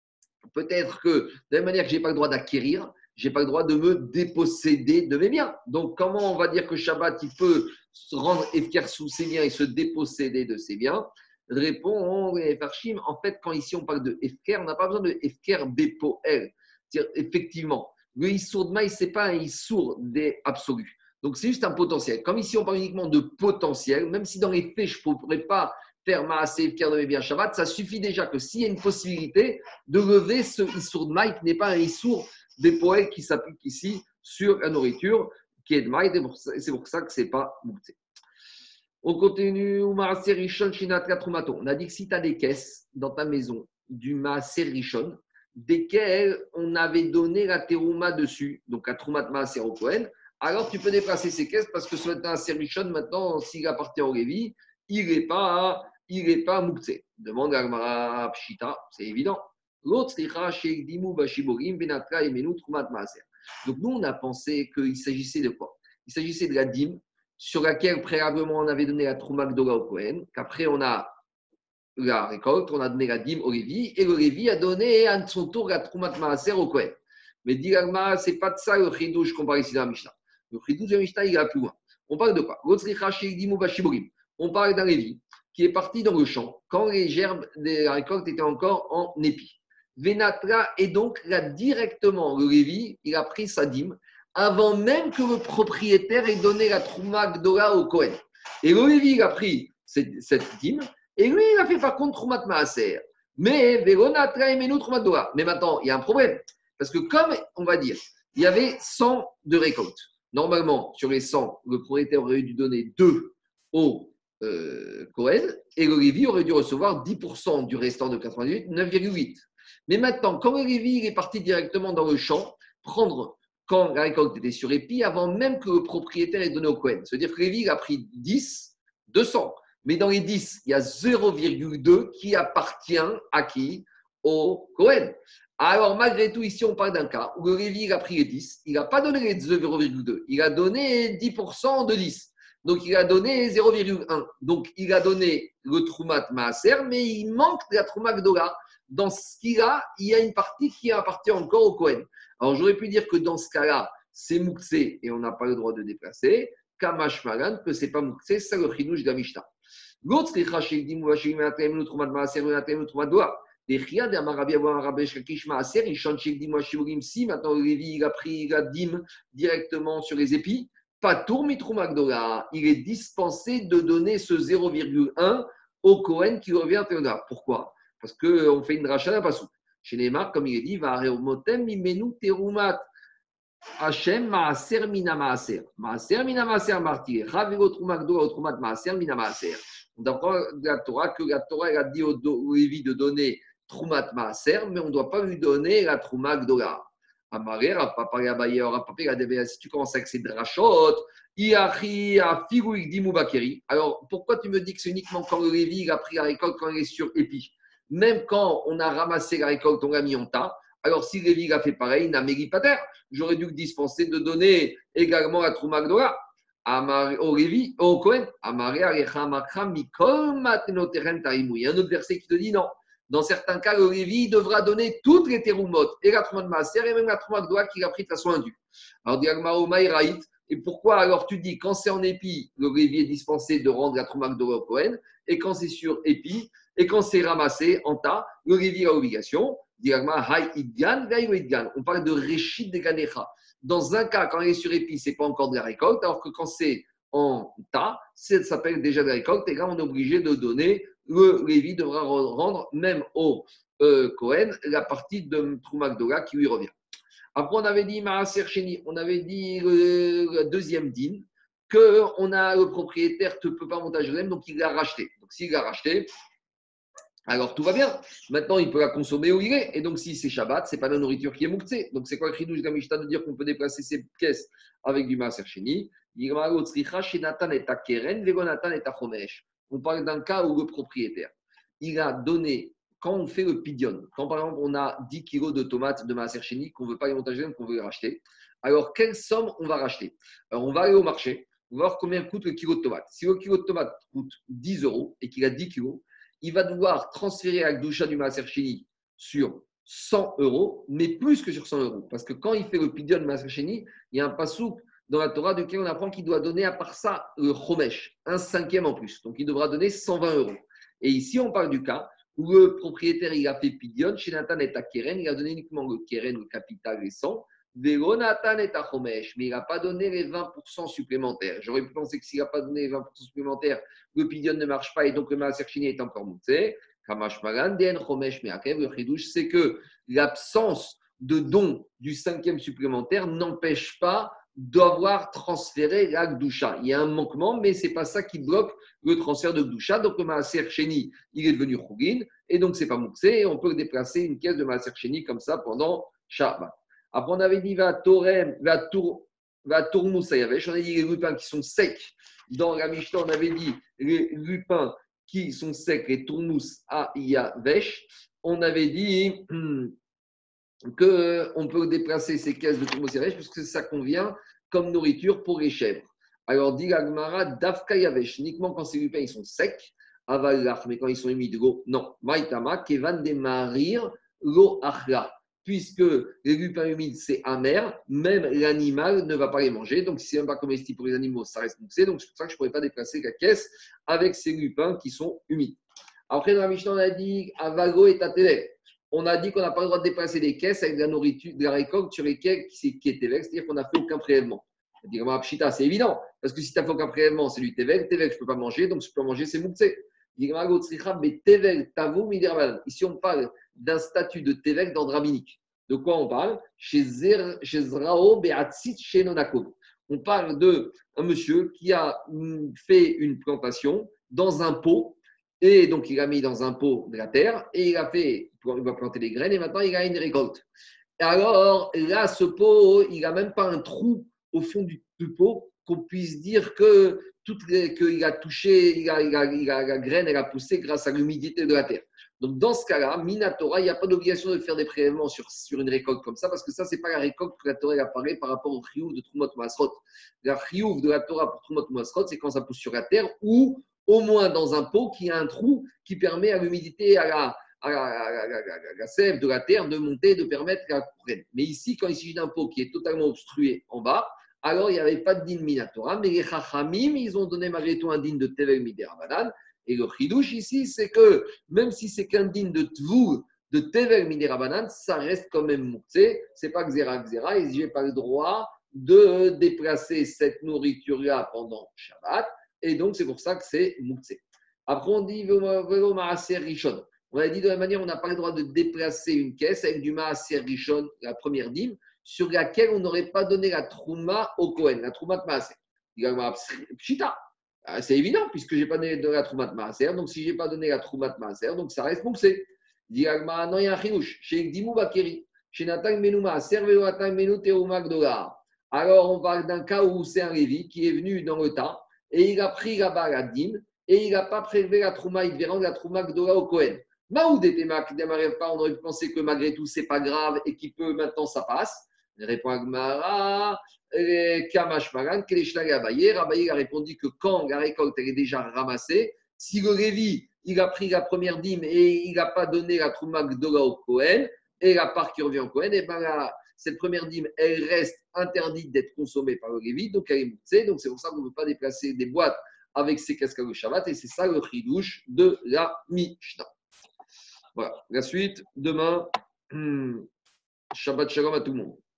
de la même manière que je n'ai pas le droit d'acquérir, je n'ai pas le droit de me déposséder de mes biens. Donc, comment on va dire que Shabbat, il peut se rendre efficace sous ses biens et se déposséder de ses biens? Répond les Farshim, en fait, quand ici on parle de Efker, on n'a pas besoin de Efker Bepoel. C'est-à-dire, effectivement, le Issour de Maïs, ce n'est pas un Issour des absolus. Donc, c'est juste un potentiel. Comme ici, on parle uniquement de potentiel, même si dans les faits, je ne pourrais pas faire Maasé Efker de mes biens Shabbat, ça suffit déjà que s'il y a une possibilité de lever ce Issour de Maïs, qui n'est pas un Issour des poètes qui s'applique ici sur la nourriture, qui est de Maïs, c'est pour ça que ce n'est pas Mouktsé. On continue. On a dit que si tu as des caisses dans ta maison du Maaser Rishon, desquelles on avait donné la terouma dessus, donc la trouma de Maaser au Kohen, alors tu peux déplacer ces caisses parce que ce Maaser Rishon, maintenant, s'il appartient au Lévi, il n'est pas Mouktsé. Demande à Gmara Pshita, c'est évident. Donc nous, on a pensé qu'il s'agissait de quoi? Il s'agissait de la dîme sur laquelle préalablement on avait donné la Trouma Gdola au Kohen, qu'après on a la récolte, on a donné la dîme au Lévi, et le Lévi a donné à son tour la Trouma de Maaser au Kohen. Mais dit l'Agma, ce n'est pas de ça le chidouche qu'on parle ici dans la Mishnah. Le chidouche de la Mishnah, il est plus loin. On parle de quoi? On parle d'un Lévi qui est parti dans le champ quand les gerbes de la récolte étaient encore en épi. Venatra, et donc là directement, le Lévi, il a pris sa dîme avant même que le propriétaire ait donné la Trouma Gdola au Kohen. Et le Lévi, il a pris cette dîme, et lui, il a fait par contre Troumat Maaser. Mais Véronatra et Menou Troumat Gdola. Mais maintenant, il y a un problème. Parce que comme, on va dire, il y avait 100 de récolte. Normalement, sur les 100, le propriétaire aurait dû donner 2 au Kohen, et le Lévi aurait dû recevoir 10% du restant de 98, 9,8. Mais maintenant, quand le Lévi est parti directement dans le champ, prendre quand la récolte était sur épi, avant même que le propriétaire ait donné au Kohen. C'est-à-dire que Lévi a pris 10, 200. Mais dans les 10, il y a 0,2 qui appartient à qui? Au Kohen. Alors, malgré tout, ici, on parle d'un cas où le Lévi a pris les 10, il n'a pas donné les 0,2, il a donné 10% de 10. Donc, il a donné 0,1. Donc, il a donné le Troumat Maaser, mais il manque de la Trouma Gdola. Dans ce qu'il a, il y a une partie qui appartient encore au Kohen. Alors, j'aurais pu dire que dans ce cas-là, c'est Mouktsé et on n'a pas le droit de déplacer. Kamash Malan, que ce n'est pas Mouktsé, c'est le chidouche de la Mishnah. L'autre, c'est Chachik Dimou Vachim Menatem, le Troumat Maaser, Menatem, le Troumat Doa. Les Chia de Amarabi avoir un Rabbi Shakish Maaser, il chante Chik Dimou Vachim si maintenant le Lévi il a pris la dîme directement sur les épis. Pas tour Mitrouma Gdola. Il est dispensé de donner ce 0,1 au Kohen qui revient à Théodore. Pourquoi? Parce qu'on fait une dracha d'un pasou. Chez les marques, comme il est dit, va motem imenu terumat Hachem maaser mina maaser. Maaser mina maaser martyr. Raviro trumak do trumat maaser mina maaser. On apprend de la Torah que la Torah elle a dit au Lévi de donner trumat maaser, mais on ne doit pas lui donner la trumak dola. Amaré, Rapapa Gabaye, Rapapa Gadebe, si tu commences avec ces drachot, Iachi, Afigouik Dimou Bakeri. Alors pourquoi tu me dis que c'est uniquement quand le Lévi a pris la récolte quand il est sur épi? Même quand on a ramassé la récolte, on l'a mis en tas, Alors, si Lévi a fait pareil, Naméri Pater, j'aurais dû le dispenser de donner également la Trouma Gdola au Lévi, au Cohen. Il y a un autre verset qui te dit non. Dans certains cas, le Lévi devra donner toutes les teroumot, et la Trouma de Maaser, et même la Trouma Gdola qu'il a pris de façon indue. Alors, Diagma Omaïraït, et pourquoi alors tu dis, quand c'est en épi, le Lévi est dispensé de rendre la Trouma Gdola au Cohen, et quand c'est sur épi, et quand c'est ramassé en tas, le Lévi a l'obligation. On parle de Réchid de Ganecha. Dans un cas, quand il est sur épi, ce n'est pas encore de la récolte, alors que quand c'est en tas, ça s'appelle déjà de la récolte, et là, on est obligé de donner, le Lévi devra rendre même au Cohen la partie de Trouma Gdola qui lui revient. Après, on avait dit Maaser Sheni, on avait dit le deuxième din, que le propriétaire ne peut pas monter à Jérusalem, donc il l'a racheté. Donc s'il l'a racheté, alors tout va bien. Maintenant, il peut la consommer où il est. Et donc, si c'est Shabbat, ce n'est pas la nourriture qui est mouktsé. Donc, c'est quoi le chidouche de la Mishnah de dire qu'on peut déplacer ses caisses avec du Maaser Sheni? On parle d'un cas où le propriétaire, il a donné, quand on fait le pidion, quand par exemple on a 10 kilos de tomates de Maaser Sheni qu'on ne veut pas les monter, qu'on veut les racheter, alors quelle somme on va racheter? Alors, on va aller au marché, on va voir combien coûte le kilo de tomates. Si le kilo de tomates coûte 10 euros et qu'il a 10 kilos, il va devoir transférer la Gdoucha du Maaser Sheni sur 100 euros, mais plus que sur 100 euros. Parce que quand il fait le pidion de Maaser Sheni, il y a un pasouk dans la Torah duquel on apprend qu'il doit donner à part ça le chomesh, un cinquième en plus. Donc il devra donner 120 euros. Et ici, on parle du cas où le propriétaire il a fait pidion, chez Nathan et à Keren, il a donné uniquement le Keren, le capital, les 100. Vélo Nathan et à Chomesh, mais il n'a pas donné les 20% supplémentaires. J'aurais pu penser que s'il n'a pas donné les 20% supplémentaires, le pidion ne marche pas et donc le Maaser Sheni est encore monté. Kamash Magan, Den Chomesh, mais le chidouche, c'est que l'absence de don du cinquième supplémentaire n'empêche pas d'avoir transféré la Gdoucha. Il y a un manquement, mais ce n'est pas ça qui bloque le transfert de Gdoucha. Donc le Maaser Sheni, il est devenu Chougin, et donc ce n'est pas Mouxé, et on peut déplacer une caisse de Maaser Sheni comme ça pendant Shabbat. Après, on avait dit va Tourmoussayavesh, on a dit les lupins qui sont secs. Dans la Mishnah, on avait dit les lupins qui sont secs, les Tourmous à Yavesh. On avait dit qu'on peut déplacer ces caisses de Tourmoussayavesh parce que ça convient comme nourriture pour les chèvres. Alors, dit la Gemara, Dafka Yavesh, uniquement quand ces lupins ils sont secs, Avalach, mais quand ils sont émis de l'eau, non. Maïtama, Kevan de Marir, l'eau Achla. Puisque les lupins humides, c'est amer, même l'animal ne va pas les manger. Donc, si ce n'est même pas comestible pour les animaux, ça reste moussé. Donc, c'est pour ça que je ne pourrais pas déplacer la caisse avec ces lupins qui sont humides. Après, dans la Mishnah, on a dit Avago et Tatélek. On a dit qu'on n'a pas le droit de déplacer des caisses avec de la nourriture, de la récolte sur lesquelles qui est Tévek, c'est-à-dire qu'on n'a fait aucun prélèvement. C'est évident, parce que si tu n'as fait aucun prélèvement, c'est du Tévek. Tévek, je ne peux pas manger, donc si je peux pas manger, c'est moussé. Ici, on parle d'un statut de Tévek dans Drabinique. De quoi on parle? Chez Zrao Beatzit chez Nonakob. On parle d'un monsieur qui a fait une plantation dans un pot, et donc il a mis dans un pot de la terre, et il va planter des graines, et maintenant il a une récolte. Et alors là, ce pot, il n'a même pas un trou au fond du pot qu'on puisse dire que qu'il a touché, la graine, elle a poussé grâce à l'humidité de la terre. Donc, dans ce cas-là, Minatora, il n'y a pas d'obligation de faire des prélèvements sur une récolte comme ça, parce que ça, ce n'est pas la récolte que la Torah a parlé par rapport au chiyuv de Trumot Masrot. La chiyuv de la Torah pour Trumot Masrot, c'est quand ça pousse sur la terre ou au moins dans un pot qui a un trou qui permet à l'humidité, à la sève de la terre de monter, de permettre la graine. Mais ici, quand il s'agit d'un pot qui est totalement obstrué en bas, alors il n'y avait pas de din minatora, mais les chachamim, ils ont donné malgré tout un din de tevel midirabanan. Et le chidouche ici, c'est que même si c'est qu'un din de tvou, de tevel midirabanan, ça reste quand même mouxé. C'est pas xéra, et je n'ai pas le droit de déplacer cette nourriture-là pendant Shabbat. Et donc, c'est pour ça que c'est mouxé. Après, on dit velo maaser rishon. On a dit de la même manière, on n'a pas le droit de déplacer une caisse avec du maaser rishon, la première dîme, sur laquelle on n'aurait pas donné la trouma au Kohen, la trouma de maaser. Pshita. C'est évident, puisque je n'ai pas donné la trouma de maaser. Donc, si je n'ai pas donné la trouma de maaser, donc ça reste mouxé. Non, il y a un chilouche. Chez Gdimou Bakeri, chez Nathan Menou maaser, velo Nathan Menou terouma gdola. Alors, on parle d'un cas où c'est un Lévi qui est venu dans le tas et il a pris là-bas la dîme et il n'a pas prélevé la trouma, il devait rendre la trouma gdola au Kohen. On aurait pu penser que malgré tout, c'est pas grave et qu'il peut maintenant, ça passe. Répond Agmara, Kamash Maran, Keleshlag Abaye. Abaye a répondu que quand la récolte elle est déjà ramassée, si le Révi, il a pris la première dîme et il n'a pas donné la Trouma Gdola au Kohen, et la part qui revient au Kohen, et ben là, cette première dîme, elle reste interdite d'être consommée par le Révi, donc elle est moussée. Donc c'est pour ça qu'on ne peut pas déplacer des boîtes avec ces cascades au Shabbat, et c'est ça le chidouche de la Mishnah. Voilà, la suite, demain, Shabbat Shalom à tout le monde.